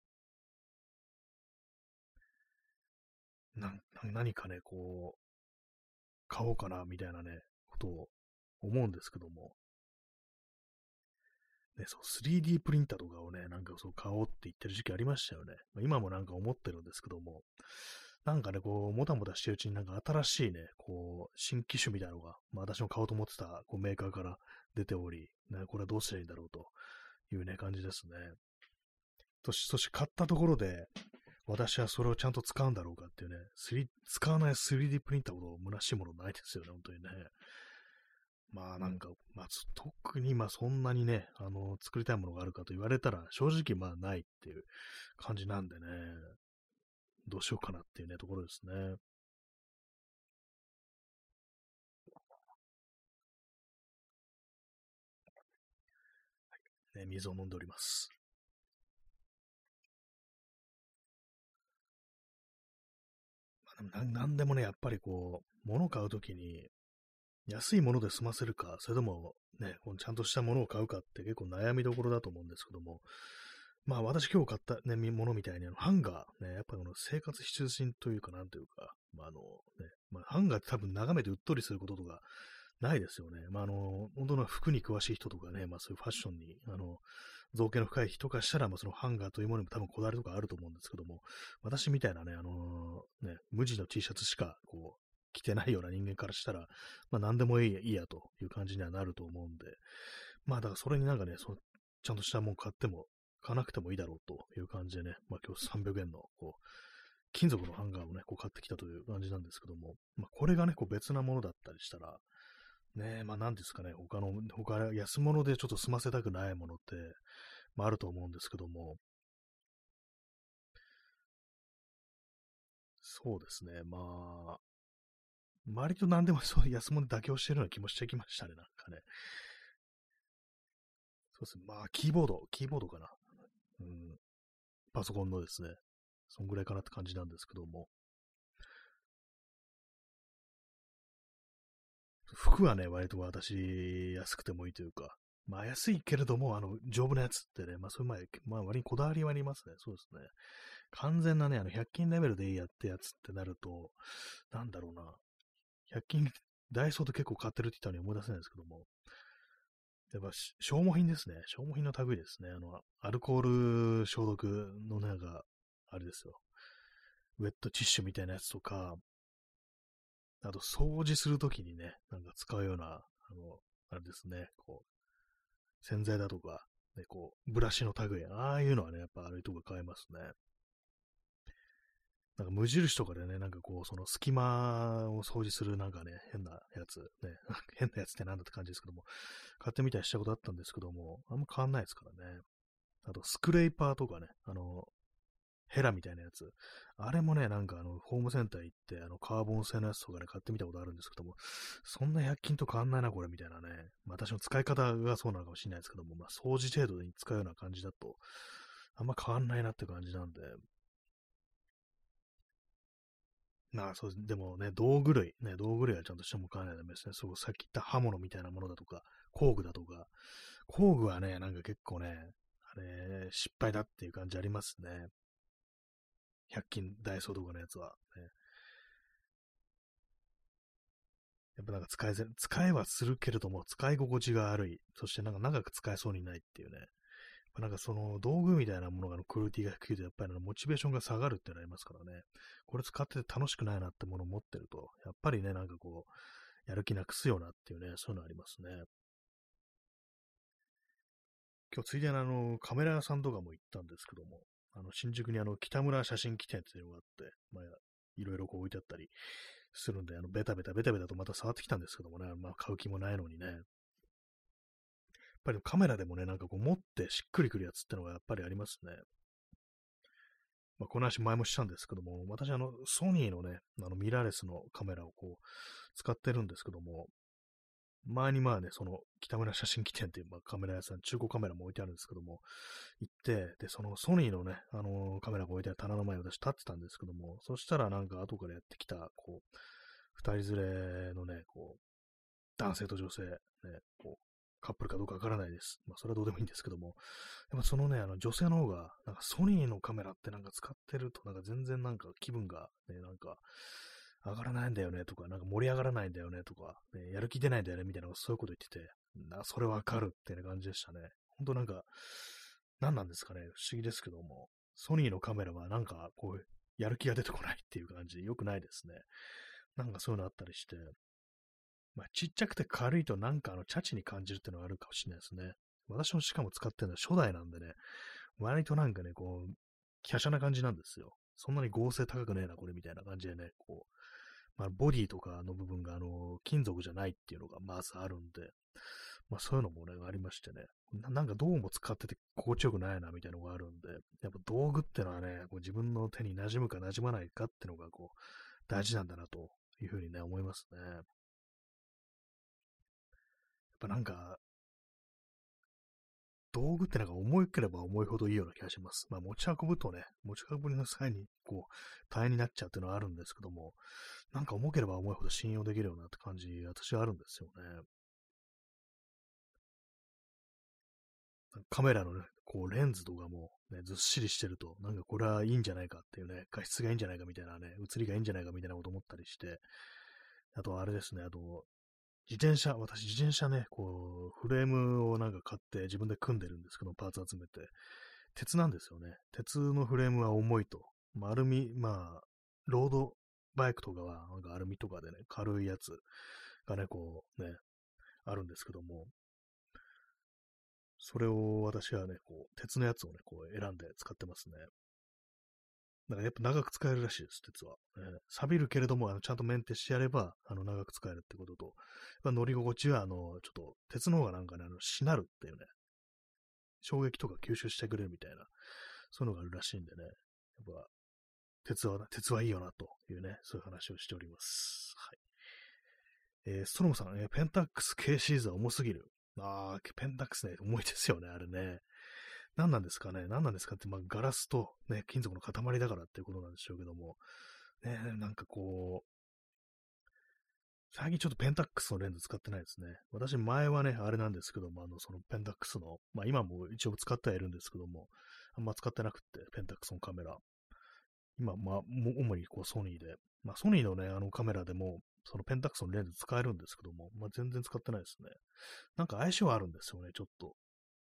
な何かね、こう、買おうかなみたいなね、ことを思うんですけども、ね、そう、スリーディー プリンターとかをね、なんかそう買おうって言ってる時期ありましたよね。まあ、今もなんか思ってるんですけども、なんかね、こう、もたもたしてるうちになんか新しいね、こう、新機種みたいなのが、まあ私も買おうと思ってたこうメーカーから出ており、ね、これはどうしたらいいんだろうというね、感じですね。そし、そして買ったところで、私はそれをちゃんと使うんだろうかっていうね、スリー使わない スリーディー プリンターほど虚しいものないですよね、本当にね。まあなんか、まあ特にまあそんなにね、あの、作りたいものがあるかと言われたら、正直まあないっていう感じなんでね、どうしようかなっていうね、ところですね。ね、水を飲んでおります。まあ、ななんでもね、やっぱりこう、物を買うときに、安いもので済ませるか、それともね、このちゃんとしたものを買うかって結構悩みどころだと思うんですけども、まあ私今日買ったね、みものみたいにあのハンガー、ね、やっぱりこの生活必需品というかなんというか、まああのね、まあハンガーって多分眺めてうっとりすることとかないですよね。まああの、本当の服に詳しい人とかね、まあそういうファッションに、あの、造形の深い人からしたら、まあそのハンガーというものにも多分こだわりとかあると思うんですけども、私みたいなね、あのね、無地の T シャツしかこう、着てないような人間からしたら、まあ何でもいいいいやという感じにはなると思うんで、まあだからそれになんかね、そちゃんとしたもん買っても、買わなくてもいいだろうという感じでね、まあ今日さんびゃくえんのこう金属のハンガーをね、こう買ってきたという感じなんですけども、まあこれがね、こう別なものだったりしたら、ね、まあ何ですかね、他の、他安物でちょっと済ませたくないものって、まああると思うんですけども、そうですね、まあ、割と何でもそういう安物で妥協してるような気もしてきましたね、なんかね。そうですね、まあキーボード、キーボードかな。うん、パソコンのですね、そんぐらいかなって感じなんですけども、 服はね、割と私、安くてもいいというか、まあ安いけれども、あの、丈夫なやつってね、まあそういう前、まあ割にこだわりはありますね。そうですね。完全なね、あの、ひゃく均レベルでいいやってやつってなると、なんだろうな。ひゃく均、ダイソーで結構買ってるって言ったのに思い出せないですけども、やっぱし消耗品ですね。消耗品の類ですね。あの、アルコール消毒のなんか、あれですよ。ウェットティッシュみたいなやつとか、あと掃除するときにね、なんか使うような、あの、あれですね、こう、洗剤だとか、ね、こう、ブラシの類、ああいうのはね、やっぱああいうとこ買えますね。なんか無印とかでね、なんかこう、その隙間を掃除するなんかね、変なやつ、ね、変なやつってなんだって感じですけども、買ってみたりしたことあったんですけども、あんま変わんないですからね。あと、スクレーパーとかね、あの、ヘラみたいなやつ。あれもね、なんかあの、ホームセンター行って、あの、カーボン製のやつとかね、買ってみたことあるんですけども、そんなひゃく均と変わんないな、これ、みたいなね。まあ、私の使い方がそうなのかもしれないですけども、まあ、掃除程度に使うような感じだと、あんま変わんないなって感じなんで、まあ、そうです。でもね、道具類、ね、道具類はちゃんとしても買わないとダメですね。そう、さっき言った刃物みたいなものだとか、工具だとか、工具はね、なんか結構ね、あれ、失敗だっていう感じありますね。ひゃく均ダイソーとかのやつは、ね。やっぱなんか使いぜ、使えはするけれども、使い心地が悪い。そしてなんか長く使えそうにないっていうね。なんかその道具みたいなものがのクオリティが低いと、やっぱりモチベーションが下がるってなりますからね。これ使ってて楽しくないなってものを持ってると、やっぱりね、なんかこう、やる気なくすよなっていうね、そういうのありますね。今日ついでにあの、カメラ屋さんとかも行ったんですけども、あの、新宿にあの、北村写真機店っていうのがあって、まあ、いろいろこう置いてあったりするんで、あの、ベタベタベタベタとまた触ってきたんですけどもね、まあ、買う気もないのにね。やっぱりカメラでもね、なんかこう持ってしっくりくるやつってのがやっぱりありますね。まあ、この話前もしたんですけども、私あの、ソニーのね、あのミラーレスのカメラをこう、使ってるんですけども、前にまあね、その、北村写真機店っていう、まあ、カメラ屋さん、中古カメラも置いてあるんですけども、行って、で、そのソニーのね、あのーカメラが置いてある棚の前に私立ってたんですけども、そしたらなんか後からやってきた、こう、二人連れのね、こう、男性と女性、ね、こう、カップルかどうかわからないです。まあ、それはどうでもいいんですけども、やっぱそのね、あの、女性の方が、なんかソニーのカメラってなんか使ってると、なんか全然なんか気分が、ね、なんか、上がらないんだよねとか、なんか盛り上がらないんだよねとか、ね、やる気出ないんだよねみたいな、そういうこと言ってて、な、それわかるっていう感じでしたね。ほんとなんか、何なんですかね、不思議ですけども、ソニーのカメラはなんか、こう、やる気が出てこないっていう感じ、良くないですね。なんかそういうのあったりして、まあ、ちっちゃくて軽いとなんかあの、チャチに感じるっていうのがあるかもしれないですね。私もしかも使ってるのは初代なんでね、割となんかね、こう、華奢な感じなんですよ。そんなに合成高くねえな、これみたいな感じでね、こう、まあ、ボディとかの部分が、あの、金属じゃないっていうのがまずあるんで、まあそういうのもね、ありましてね。ななんかどうも使ってて心地よくないなみたいなのがあるんで、やっぱ道具ってのはね、こう自分の手に馴染むか馴染まないかっていうのがこう、大事なんだなというふうにね、思いますね。やっぱなんか、道具ってなんか重ければ重いほどいいような気がします。まあ持ち運ぶとね、持ち運びの際にこう、大変になっちゃうっていうのはあるんですけども、なんか重ければ重いほど信用できるようなって感じ、私はあるんですよね。カメラのね、こうレンズとかもね、ずっしりしてると、なんかこれはいいんじゃないかっていうね、画質がいいんじゃないかみたいなね、写りがいいんじゃないかみたいなこと思ったりして、あとあれですね、あと、自転車、私自転車ね、こう、フレームをなんか買って自分で組んでるんですけど、パーツ集めて、鉄なんですよね。鉄のフレームは重いと。まあ、アルミ、まあ、ロードバイクとかは、なんかアルミとかでね、軽いやつがね、こうね、あるんですけども、それを私はね、こう、鉄のやつをね、こう選んで使ってますね。だからやっぱ長く使えるらしいです、鉄は。えー錆びるけれども、あのちゃんとメンテしてやれば、あの、長く使えるってことと、やっぱ乗り心地は、あの、ちょっと、鉄の方がなんかね、あの、しなるっていうね、衝撃とか吸収してくれるみたいな、そういうのがあるらしいんでね、やっぱ、鉄は、鉄はいいよな、というね、そういう話をしております。はい。えーストロムさん、えーペンタックス K シーズン重すぎる。あー、ペンタックスね、重いですよね、あれね。何なんですかね、何なんですかって、まあ、ガラスとね、金属の塊だからっていうことなんでしょうけども、ね、なんかこう、 最近ちょっとペンタックスのレンズ使ってないですね。私前はね、あれなんですけども、あの、そのペンタックスの、まあ今も一応使ってはいるんですけども、あんま使ってなくって、ペンタックスのカメラ。今、まあ、も主にこうソニーで、まあソニーのね、あのカメラでも、そのペンタックスのレンズ使えるんですけども、まあ全然使ってないですね。なんか相性あるんですよね、ちょっと。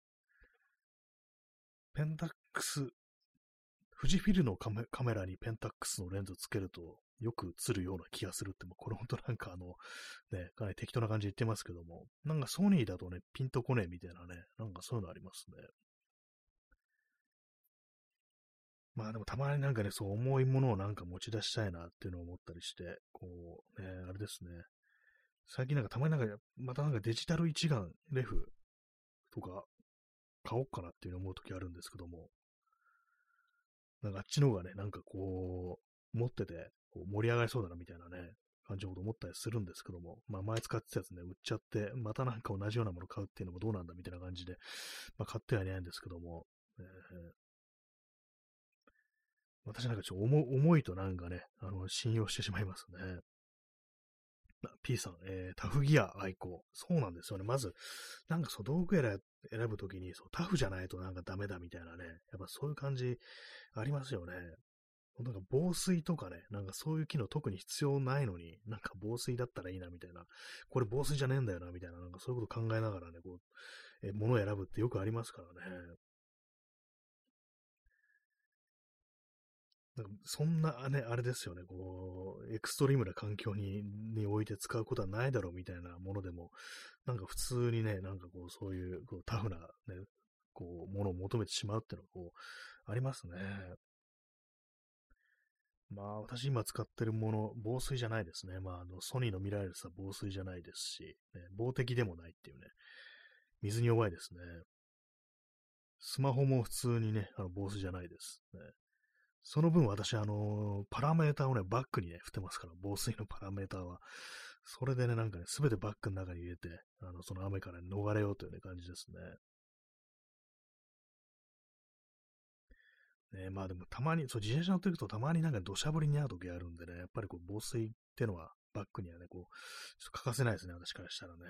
ペンタックス、富士フィルのカメカメラにペンタックスのレンズつけると、よく映るような気がするって、もうこれ本当なんかあの、ね、かなり適当な感じで言ってますけども、なんかソニーだとね、ピンとこねえみたいなね、なんかそういうのありますね。まあでもたまになんかね、そう重いものをなんか持ち出したいなっていうのを思ったりして、こう、ね、あれですね。最近なんかたまになんか、またなんかデジタル一眼レフとか買おうかなっていうのを思うときあるんですけども、なんかあっちの方がね、なんかこう、持っててこう盛り上がりそうだなみたいなね、感じのこと思ったりするんですけども、まあ前使ってたやつね、売っちゃって、またなんか同じようなもの買うっていうのもどうなんだみたいな感じで、まあ買ってはいないんですけども、えー私なんかちょっと重重いとなんかね、あの、信用してしまいますね。あ P さん、えー、タフギア愛好。そうなんですよね。まず、なんかそう、道具選選ぶときにそう、タフじゃないとなんかダメだみたいなね、やっぱそういう感じありますよね。なんか防水とかね、なんかそういう機能特に必要ないのに、なんか防水だったらいいなみたいな、これ防水じゃねえんだよなみたいな、なんかそういうこと考えながらね、こう、え、物を選ぶってよくありますからね。なんかそんなね、あれですよね、こう、エクストリームな環境ににおいて使うことはないだろうみたいなものでも、なんか普通にね、なんかこう、そういうこうタフなね、こう、ものを求めてしまうっていうのがこう、ありますね。まあ、私今使ってるもの、防水じゃないですね。まあ、あの、ソニーのミラーレスは防水じゃないですし、ね、防滴でもないっていうね、水に弱いですね。スマホも普通にね、あの防水じゃないです。ね、その分私、あのーパラメーターをね、バッグにね、振ってますから、防水のパラメーターは。それでね、なんかね、すべてバッグの中に入れて、あの、その雨から、ね、逃れようという、ね、感じですね。ね、まあでもたまに、そう、自転車乗っていくとたまになんか土砂降りに遭う時あるんでね、やっぱりこう防水ってのはバッグにはね、こう、ちょっと欠かせないですね、私からしたらね。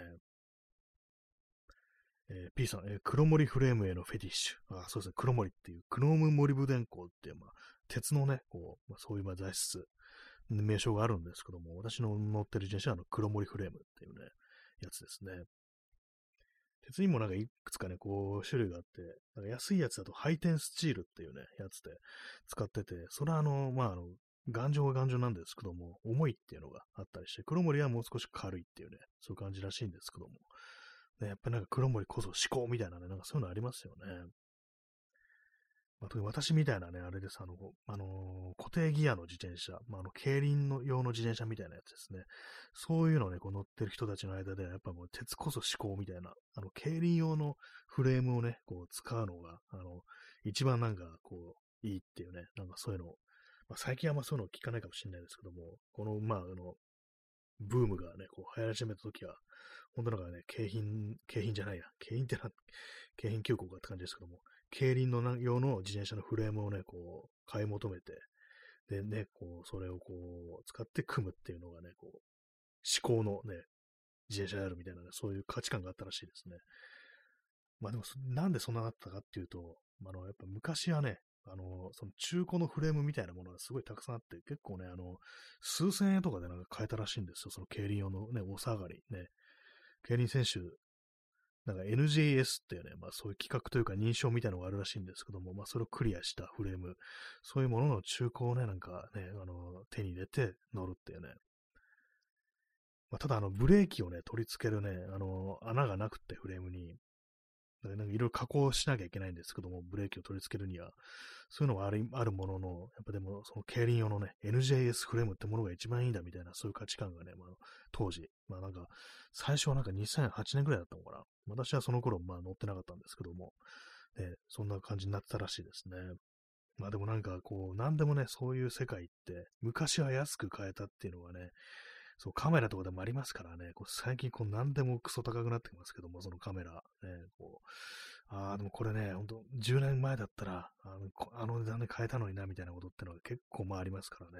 えー P さん、えー黒森フレームへのフェティッシュ。あ、そうですね、黒森っていう、クロームモリブ電工っていう、まあ、鉄のね、こう、まあ、そういうまあ材質、名称があるんですけども、私の乗ってる自転車はあの黒森フレームっていうね、やつですね。鉄にもなんかいくつかね、こう、種類があって、なんか安いやつだとハイテンスチールっていうね、やつで使ってて、それはあの、まあ、あの、頑丈は頑丈なんですけども、重いっていうのがあったりして、黒森はもう少し軽いっていうね、そういう感じらしいんですけども、ね、やっぱりなんか黒森こそ思考みたいなね、なんかそういうのありますよね。まあ、特に私みたいなね、あれです、あの、あのー固定ギアの自転車、まあ、あの、競輪の用の自転車みたいなやつですね。そういうのをね、こう乗ってる人たちの間では、やっぱもう鉄こそ思考みたいな、あの、競輪用のフレームをね、こう使うのが、あの、一番なんか、こう、いいっていうね、なんかそういうの、まあ、最近はあんまそういうの聞かないかもしれないですけども、この、まあ、あの、ブームがね、こう流行り始めた時は、本当なんかね、京浜、京浜じゃないや、京浜ってな、京浜急行かって感じですけども、競輪の用の自転車のフレームをね、こう、買い求めて、でね、こう、それをこう、使って組むっていうのがね、こう、思考のね、自転車であるみたいなね、そういう価値観があったらしいですね。まあでも、なんでそんななったかっていうと、あの、やっぱ昔はね、あの、その中古のフレームみたいなものがすごいたくさんあって、結構ね、あの、数千円とかでなんか買えたらしいんですよ、その競輪用のね、お下がりね。競輪選手、なんか エヌジェーエス っていうね、まあそういう企画というか認証みたいなのがあるらしいんですけども、まあそれをクリアしたフレーム、そういうものの中古をね、なんかね、あの、手に入れて乗るっていうね。まあただあの、ブレーキをね、取り付けるね、あの、穴がなくってフレームに、なんかいろいろ加工しなきゃいけないんですけども、ブレーキを取り付けるには、そういうのはあるあるものの、やっぱでも、その競輪用のね、エヌジェーエス フレームってものが一番いいんだみたいな、そういう価値観がね、まあ、当時、まあなんか、最初はなんかにせんはちねんぐらいだったのかな。私はその頃、まあ乗ってなかったんですけども、ね、そんな感じになってたらしいですね。まあでもなんかこう、なんでもね、そういう世界って、昔は安く買えたっていうのはね、そう、カメラとかでもありますからね、こう最近こう何でもクソ高くなってきますけども、そのカメラ、ね、こう、ああ、でもこれね、ほんと、じゅうねんまえだったら、あの、こあの値段で買えたのにな、みたいなことってのが結構まあありますからね。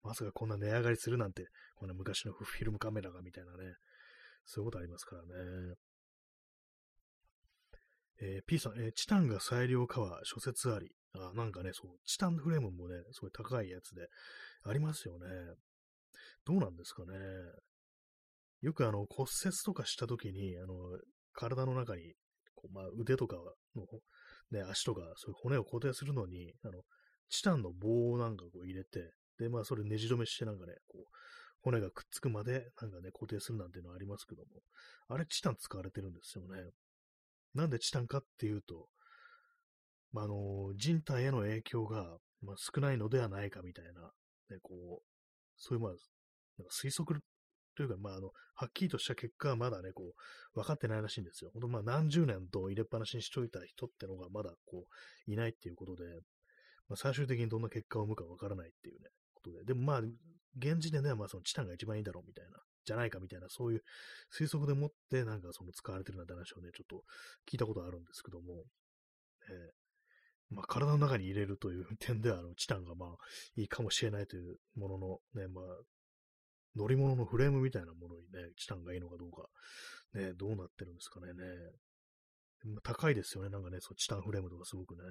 まさかこんな値上がりするなんて、こんな昔のフィルムカメラがみたいなね、そういうことありますからね。えー、P さん、えーチタンが最良かは諸説あり。あ、なんかね、そう、チタンフレームもね、すごい高いやつでありますよね。どうなんですかね。よくあの骨折とかした時に、あの、体の中に、こうまあ、腕とかの、ね、足とか、そういう骨を固定するのに、あの、チタンの棒をなんかこう入れて、で、まあ、それねじ止めしてなんかね、こう、骨がくっつくまで、なんかね、固定するなんていうのはありますけども、あれチタン使われてるんですよね。なんでチタンかっていうと、まあ、あの、人体への影響が、まあ、少ないのではないかみたいな、ね、こう、そういう、まあ、なんか推測というか、まあ、あの、はっきりとした結果はまだね、こう、分かってないらしいんですよ。ほんと、まあ、何十年と入れっぱなしにしといた人ってのがまだ、こう、いないっていうことで、まあ、最終的にどんな結果を生むか分からないっていうね、ことで。でもまあ、現時点では、まあ、そのチタンが一番いいだろうみたいな、じゃないかみたいな、そういう推測でもって、なんかその使われてるなんて話をね、ちょっと聞いたことあるんですけども、えーまあ、体の中に入れるという点では、あの、チタンがまあ、いいかもしれないというものの、ね、まあ、乗り物のフレームみたいなものにね、チタンがいいのかどうか、ね、どうなってるんですかね。ね高いですよね、なんかね、そうチタンフレームとかすごくね。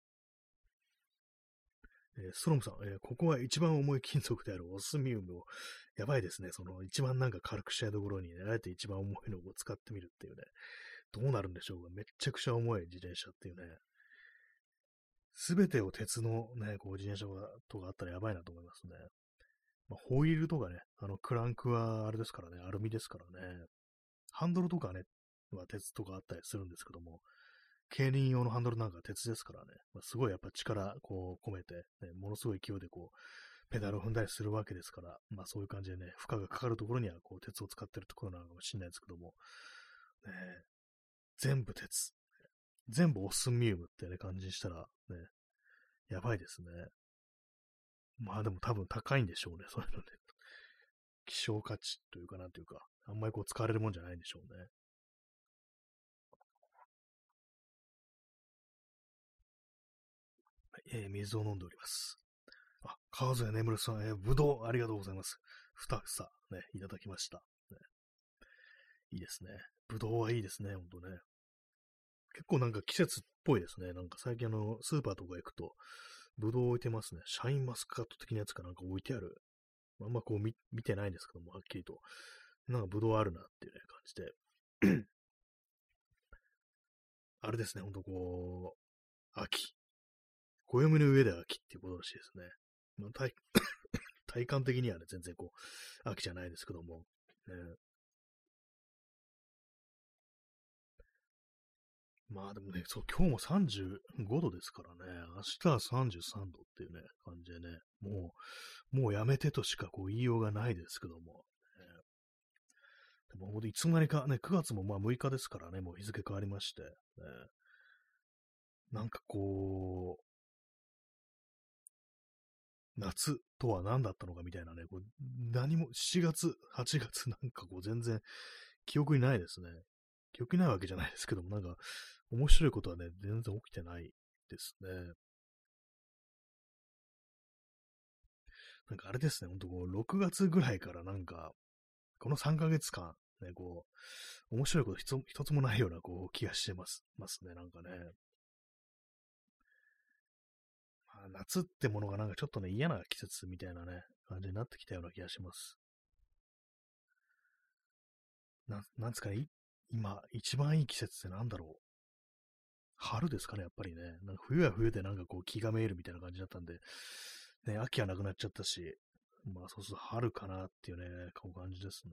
えーストロムさん、えーここは一番重い金属であるオスミウムを、やばいですね、その一番なんか軽くしたいところにね、あえて一番重いのを使ってみるっていうね、どうなるんでしょうか。めっちゃくちゃ重い自転車っていうね、すべてを鉄のね、こう自転車とかあったらやばいなと思いますね。まあ、ホイールとかね、あのクランクはあれですからね、アルミですからね。ハンドルとかね、は鉄とかあったりするんですけども、競輪用のハンドルなんか鉄ですからね、まあ、すごいやっぱ力こう込めて、ね、ものすごい勢いでこう、ペダルを踏んだりするわけですから、まあそういう感じでね、負荷がかかるところにはこう鉄を使ってるところなのかもしれないですけども、ね、全部鉄。全部オスミウムってね、感じにしたらね、やばいですね。まあでも多分高いんでしょうね、そういうのね。希少価値というかなんというか、あんまりこう使われるもんじゃないんでしょうね。はい、えー水を飲んでおります。あ、川添眠さん、えー、ぶどうありがとうございます。二房ね、いただきました。ね、いいですね。ぶどうはいいですね、ほんとね。結構なんか季節っぽいですね。なんか最近あの、スーパーとか行くと、ぶどう置いてますね。シャインマスカット的なやつかなんか置いてある。あんまこう見見てないんですけども、はっきりと。なんかぶどうあるなっていうね、感じで。あれですね、ほんとこう、秋。暦の上で秋っていうことらしいですね。まあ、体体感的にはね、全然こう、秋じゃないですけども。ね、まあでもね、そう、今日もさんじゅうごどですからね、明日はさんじゅうさんどっていうね、感じでね、もう、もうやめてとしかこう言いようがないですけども、ね、でもいつの間にかね、くがつもまあむいかですからね、もう日付変わりまして、ね、なんかこう、夏とは何だったのかみたいなね、こう何も、しちがつ、はちがつなんかこう全然記憶にないですね。記憶にないわけじゃないですけども、なんか面白いことはね、全然起きてないですね。なんかあれですね、ほんとこう、ろくがつぐらいからなんか、このさんかげつかん、ね、こう、面白いこと一つ一つもないような、こう、気がしてます、ますね、なんかね。まあ、夏ってものがなんかちょっとね、嫌な季節みたいなね、感じになってきたような気がします。な、なんですかね、い今、一番いい季節ってなんだろう。春ですかね、やっぱりね。なんか冬は冬でなんかこう気がめいるみたいな感じだったんで、ね、秋はなくなっちゃったし、まあそうすると春かなっていうね、こう感じですね。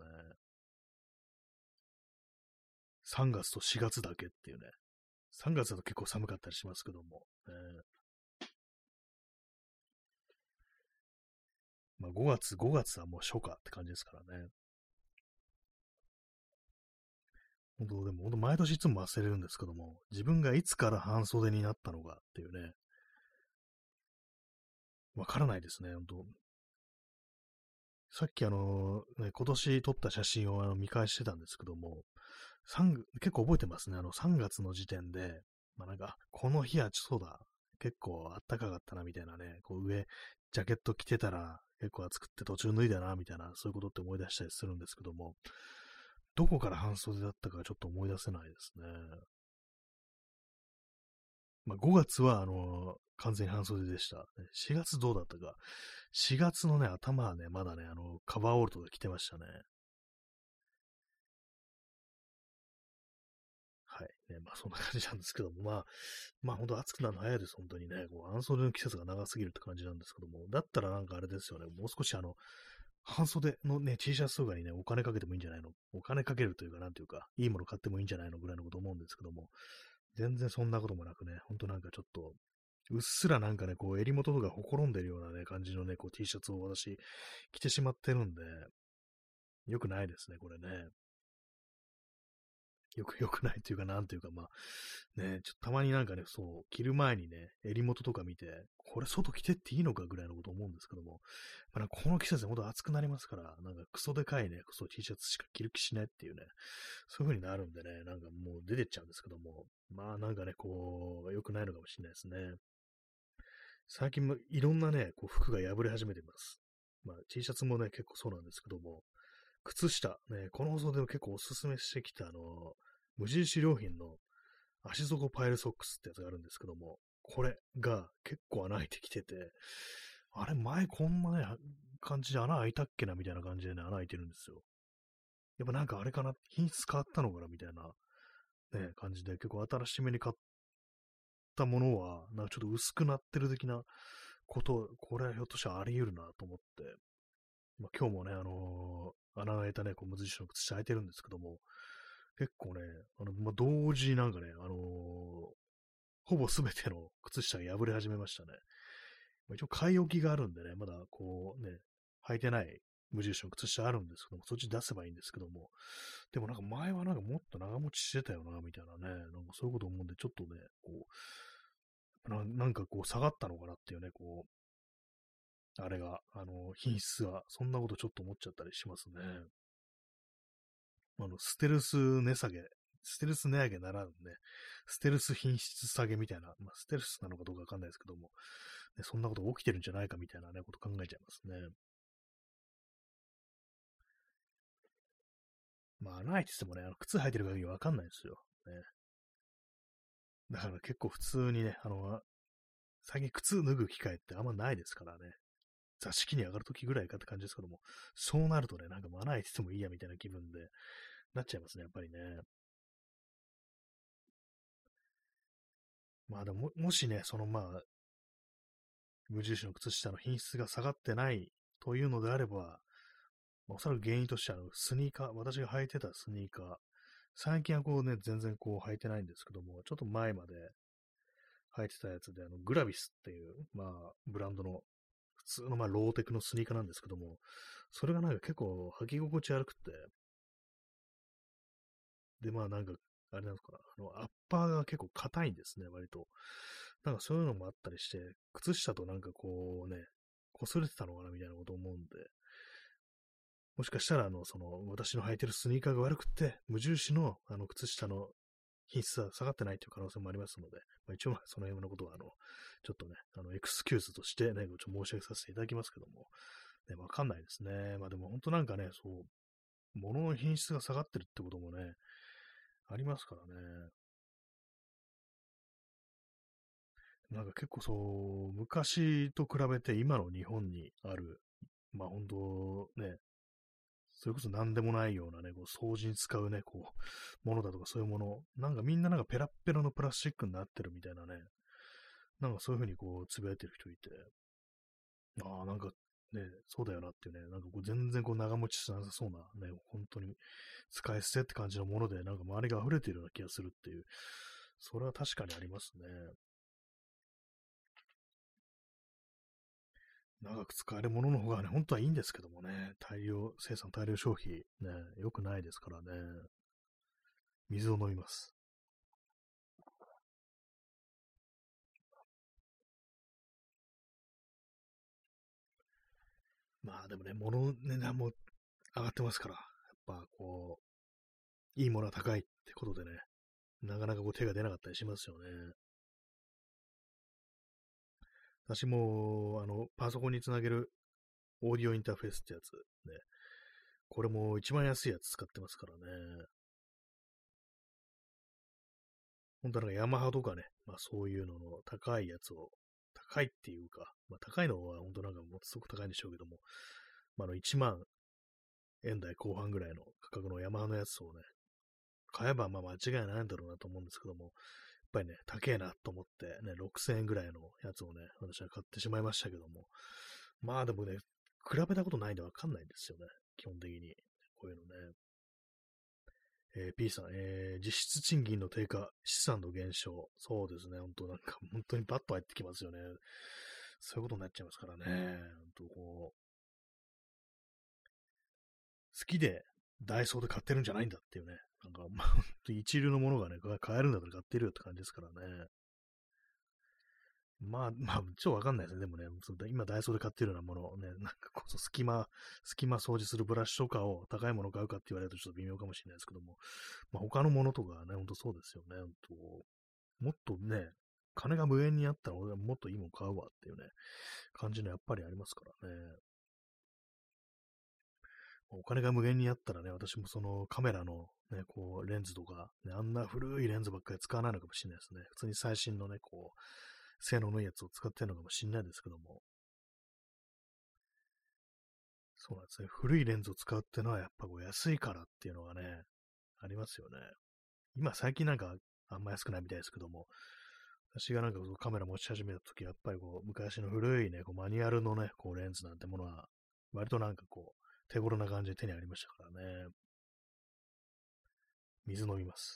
さんがつとしがつだけっていうね。さんがつだと結構寒かったりしますけども。ね、まあごがつ、ごがつはもう初夏って感じですからね。本当、でも本当毎年いつも忘れるんですけども、自分がいつから半袖になったのかっていうね、わからないですね、本当。さっきあの、ね、今年撮った写真をあの見返してたんですけども、さん結構覚えてますね。あのさんがつの時点で、まあなんか、この日はそうだ、 結構あったかかったなみたいなね、こう上、ジャケット着てたら結構暑くって途中脱いだなみたいな、そういうことって思い出したりするんですけども、どこから半袖だったかちょっと思い出せないですね。まあ、ごがつは、あの完全に半袖でした。しがつどうだったか。しがつのね、頭はね、まだね、あの、カバーオールとか着てましたね。はい。ね、まあそんな感じなんですけども、まあ、まあ本当暑くなるの早いです、本当にね。こう半袖の季節が長すぎるって感じなんですけども、だったらなんかあれですよね、もう少しあの、半袖のね、T シャツとかにね、お金かけてもいいんじゃないの、お金かけるというか、なんていうか、いいもの買ってもいいんじゃないのぐらいのこと思うんですけども、全然そんなこともなくね、ほんとなんかちょっと、うっすらなんかね、こう襟元とかほころんでるようなね、感じのね、こう T シャツを私着てしまってるんで、良くないですね、これね。よく、良くないというか、なんていうか、まあ、ね、ちょっとたまになんかね、そう、着る前にね、襟元とか見て、これ外着てっていいのかぐらいのこと思うんですけども、まあ、なんかこの季節でほんと暑くなりますから、なんかクソでかいね、そう T シャツしか着る気しないっていうね、そういう風になるんでね、なんかもう出てっちゃうんですけども、まあなんかね、こう、良くないのかもしれないですね。最近もいろんなね、こう服が破れ始めています。まあ T シャツもね、結構そうなんですけども、靴下、ね、この放送でも結構おすすめしてきた、あの、無印良品の足底パイルソックスってやつがあるんですけども、これが結構穴開いてきてて、あれ前こんなね、感じで穴開いたっけなみたいな感じでね、穴開いてるんですよ。やっぱなんかあれかな、品質変わったのかなみたいなね、感じで結構新しめに買ったものは、なんかちょっと薄くなってる的なこと、これはひょっとしたらあり得るなと思って、まあ、今日もね、あのー穴の開いたね、こう無印の靴下履いてるんですけども、結構ね、あの、まあ、同時になんかね、あのーほぼすべての靴下が破れ始めましたね。まあ、一応買い置きがあるんでね、まだこうね、履いてない無印の靴下あるんですけども、そっち出せばいいんですけども、でもなんか前はなんかもっと長持ちしてたよな、みたいなね、なんかそういうこと思うんで、ちょっとね、こう、ななんかこう下がったのかなっていうね、こう、あれが、あの、品質が、そんなことちょっと思っちゃったりしますね。あの、ステルス値下げ、ステルス値上げならぬね、ステルス品質下げみたいな、まあ、ステルスなのかどうかわかんないですけども、ね、そんなこと起きてるんじゃないかみたいなね、こと考えちゃいますね。まあ、穴開いててもね、あの靴履いてる限りわかんないですよ。ね。だから結構普通にね、あの、最近靴脱ぐ機会ってあんまないですからね。座敷に上がるときぐらいかって感じですけども、そうなるとね、なんかもう穴開いててもいいやみたいな気分でなっちゃいますね、やっぱりね。まあでも、もしね、そのまあ、無印の靴下の品質が下がってないというのであれば、おそらく原因としては、スニーカー、私が履いてたスニーカー、最近はこうね、全然こう履いてないんですけども、ちょっと前まで履いてたやつで、あの、グラビスっていう、まあ、ブランドの、普通のまあ、ローテクのスニーカーなんですけども、それがなんか結構履き心地悪くて、で、まあなんか、あれなんですかな、あの、アッパーが結構硬いんですね、割と。なんかそういうのもあったりして、靴下となんかこうね、擦れてたのかなみたいなこと思うんで、もしかしたら、あの、その、私の履いてるスニーカーが悪くて、無印の、あの、靴下の品質は下がってないという可能性もありますので、まあ、一応、その辺のことは、あの、ちょっとね、あの、エクスキューズとしてね、ちょっと申し上げさせていただきますけども、ね、わかんないですね。まあでも本当なんかね、そう、物の品質が下がってるってこともね、ありますからね。なんか結構そう、昔と比べて今の日本にある、まあ本当ね、それこそ何でもないようなね、こう掃除に使うね、こう、ものだとかそういうもの、なんかみんななんかペラッペラのプラスチックになってるみたいなね、なんかそういうふうにこう、つぶやいてる人いて、ああ、なんかね、そうだよなっていうね、なんかこう全然こう長持ちしなさそうなね、本当に使い捨てって感じのもので、なんか周りが溢れてるような気がするっていう、それは確かにありますね。長く使えるものの方がね、本当はいいんですけどもね、大量生産、大量消費、ね、良くないですからね。水を飲みます。まあでもね、物の値段も上がってますから、やっぱこう、いいものは高いってことでね、なかなかこう手が出なかったりしますよね。 私も、あの、パソコンにつなげるオーディオインターフェースってやつ、ね。これも一番安いやつ使ってますからね。本当なんかヤマハとかね、まあそういうのの高いやつを、高いっていうか、まあ高いのは本当なんかもうすごく高いんでしょうけども、まああのいちまん円台後半ぐらいの価格のヤマハのやつをね、買えばまあ間違いないんだろうなと思うんですけども、やっぱりね、高えなと思ってね、ろくせんえんぐらいのやつをね、私は買ってしまいましたけども、まあでもね、比べたことないんでわかんないんですよね、基本的に。こういうのね。えー P さん、えー実質賃金の低下、資産の減少。そうですね、本当なんか、本当にバッと入ってきますよね。そういうことになっちゃいますからね。本当こう、好きでダイソーで買ってるんじゃないんだっていうね。なんか、まあ、本当に一流のものがね、買えるんだったら買ってるよって感じですからね。まあ、まあ、ちょっとわかんないですね。でもね、そう今ダイソーで買ってるようなものをね、なんかこそ隙間、隙間掃除するブラシとかを高いものを買うかって言われるとちょっと微妙かもしれないですけども、まあ、他のものとかね、ほんとそうですよね。本当もっとね、金が無限にあったら俺はもっといいもの買うわっていうね、感じのやっぱりありますからね。お金が無限にあったらね、私もそのカメラのね、こう、レンズとか、ね、あんな古いレンズばっかり使わないのかもしれないですね。普通に最新のね、こう、性能のいいやつを使ってるのかもしれないですけども、そうなんですね。古いレンズを使うっていうのはやっぱこう安いからっていうのがね、ありますよね。今最近なんかあんま安くないみたいですけども、私がなんかそのカメラ持ち始めた時、やっぱりこう昔の古いね、こうマニュアルのね、こうレンズなんてものは、割となんかこう、手頃な感じで手にありましたからね。水飲みます。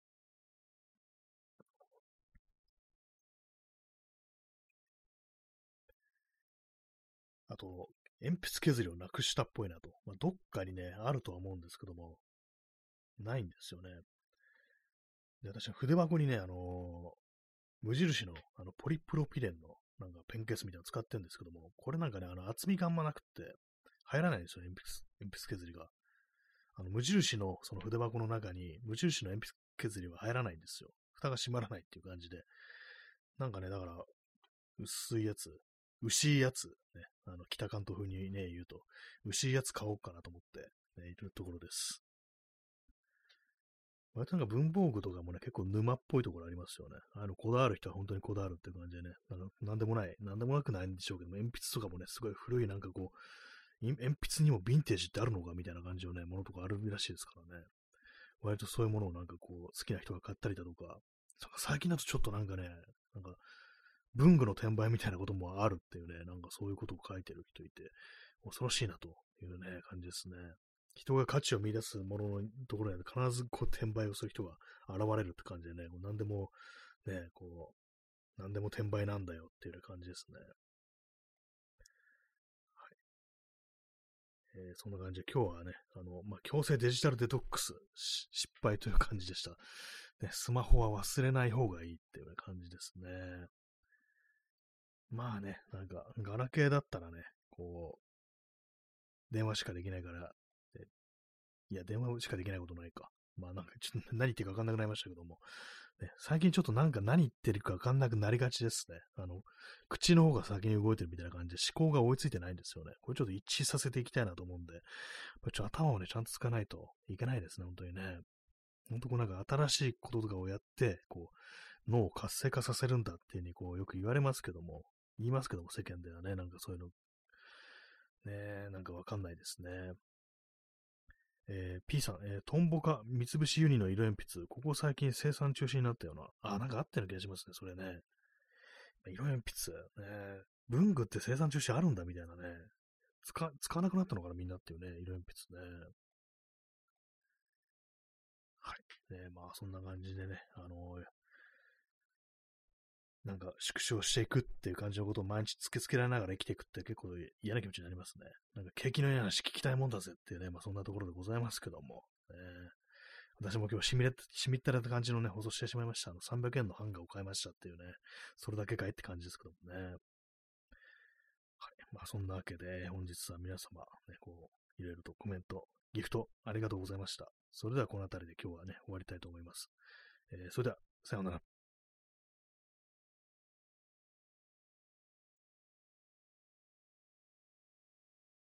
あと、鉛筆削りをなくしたっぽいなと。まあ、どっかにね、あるとは思うんですけども、ないんですよね。で、私は筆箱にね、あのー無印のあのポリプロピレンのなんかペンケースみたいなの使ってるんですけども、これなんかね、あの厚みがあんまなくって入らないんですよ、鉛筆、鉛筆削りが。あの無印のその筆箱の中に無印の鉛筆削りは入らないんですよ。蓋が閉まらないっていう感じで。なんかね、だから薄いやつ、牛いやつ、ね、あの北関東風にね、言うと、牛いやつ買おうかなと思って、ね、いるところです。割となんか文房具とかもね、結構沼っぽいところありますよね。あの、こだわる人は本当にこだわるっていう感じでね、あのなんでもない、なんでもなくないんでしょうけども、鉛筆とかもね、すごい古いなんかこう、い鉛筆にもヴィンテージってあるのかみたいな感じのね、ものとかあるらしいですからね。割とそういうものをなんかこう、好きな人が買ったりだとか、最近だとちょっとなんかね、なんか、文具の転売みたいなこともあるっていうね、なんかそういうことを書いてる人いて、恐ろしいなというね、感じですね。人が価値を見出すもののところに必ずこう転売をする人が現れるって感じでね、こう何でもね、こう、何でも転売なんだよっていう感じですね。はい。えーそんな感じで今日はね、あの、まあ、強制デジタルデトックス失敗という感じでした。ね、スマホは忘れない方がいいっていう感じですね。まあね、なんか、ガラケーだったらね、こう、電話しかできないから、でいや、電話しかできないことないか。まあなんかちょっと何言ってるか分かんなくなりましたけども、ね、最近ちょっとなんか何言ってるか分かんなくなりがちですね。あの、口の方が先に動いてるみたいな感じで思考が追いついてないんですよね。これちょっと一致させていきたいなと思うんで、やっぱちょっと頭をね、ちゃんとつかないといけないですね、本当にね。本当こうなんか新しいこととかをやって、こう、脳を活性化させるんだっていうふうにこうよく言われますけども、言いますけども、世間ではね、なんかそういうの、ね、なんかわかんないですね。えー P さん、えートンボか三菱ユニの色鉛筆、ここ最近生産中止になったような。あ、なんかあったような気がしますね、それね。色鉛筆、ね。文具って生産中止あるんだみたいなね。使、使わなくなったのかな、みんなっていうね、色鉛筆ね。はい。ね、まあ、そんな感じでね、あのーなんか縮小していくっていう感じのことを毎日突きつけられながら生きていくって結構嫌な気持ちになりますね。なんか景気のいい話聞きたいもんだぜっていうね、まあそんなところでございますけども。ね、私も今日しみれ、しみったれた感じのね、放送してしまいました。あのさんびゃくえんのハンガーを買いましたっていうね、それだけかいって感じですけどもね。はい。まあそんなわけで、本日は皆様、ね、こう、いろいろとコメント、ギフトありがとうございました。それではこの辺りで今日はね、終わりたいと思います。えーそれでは、さようなら。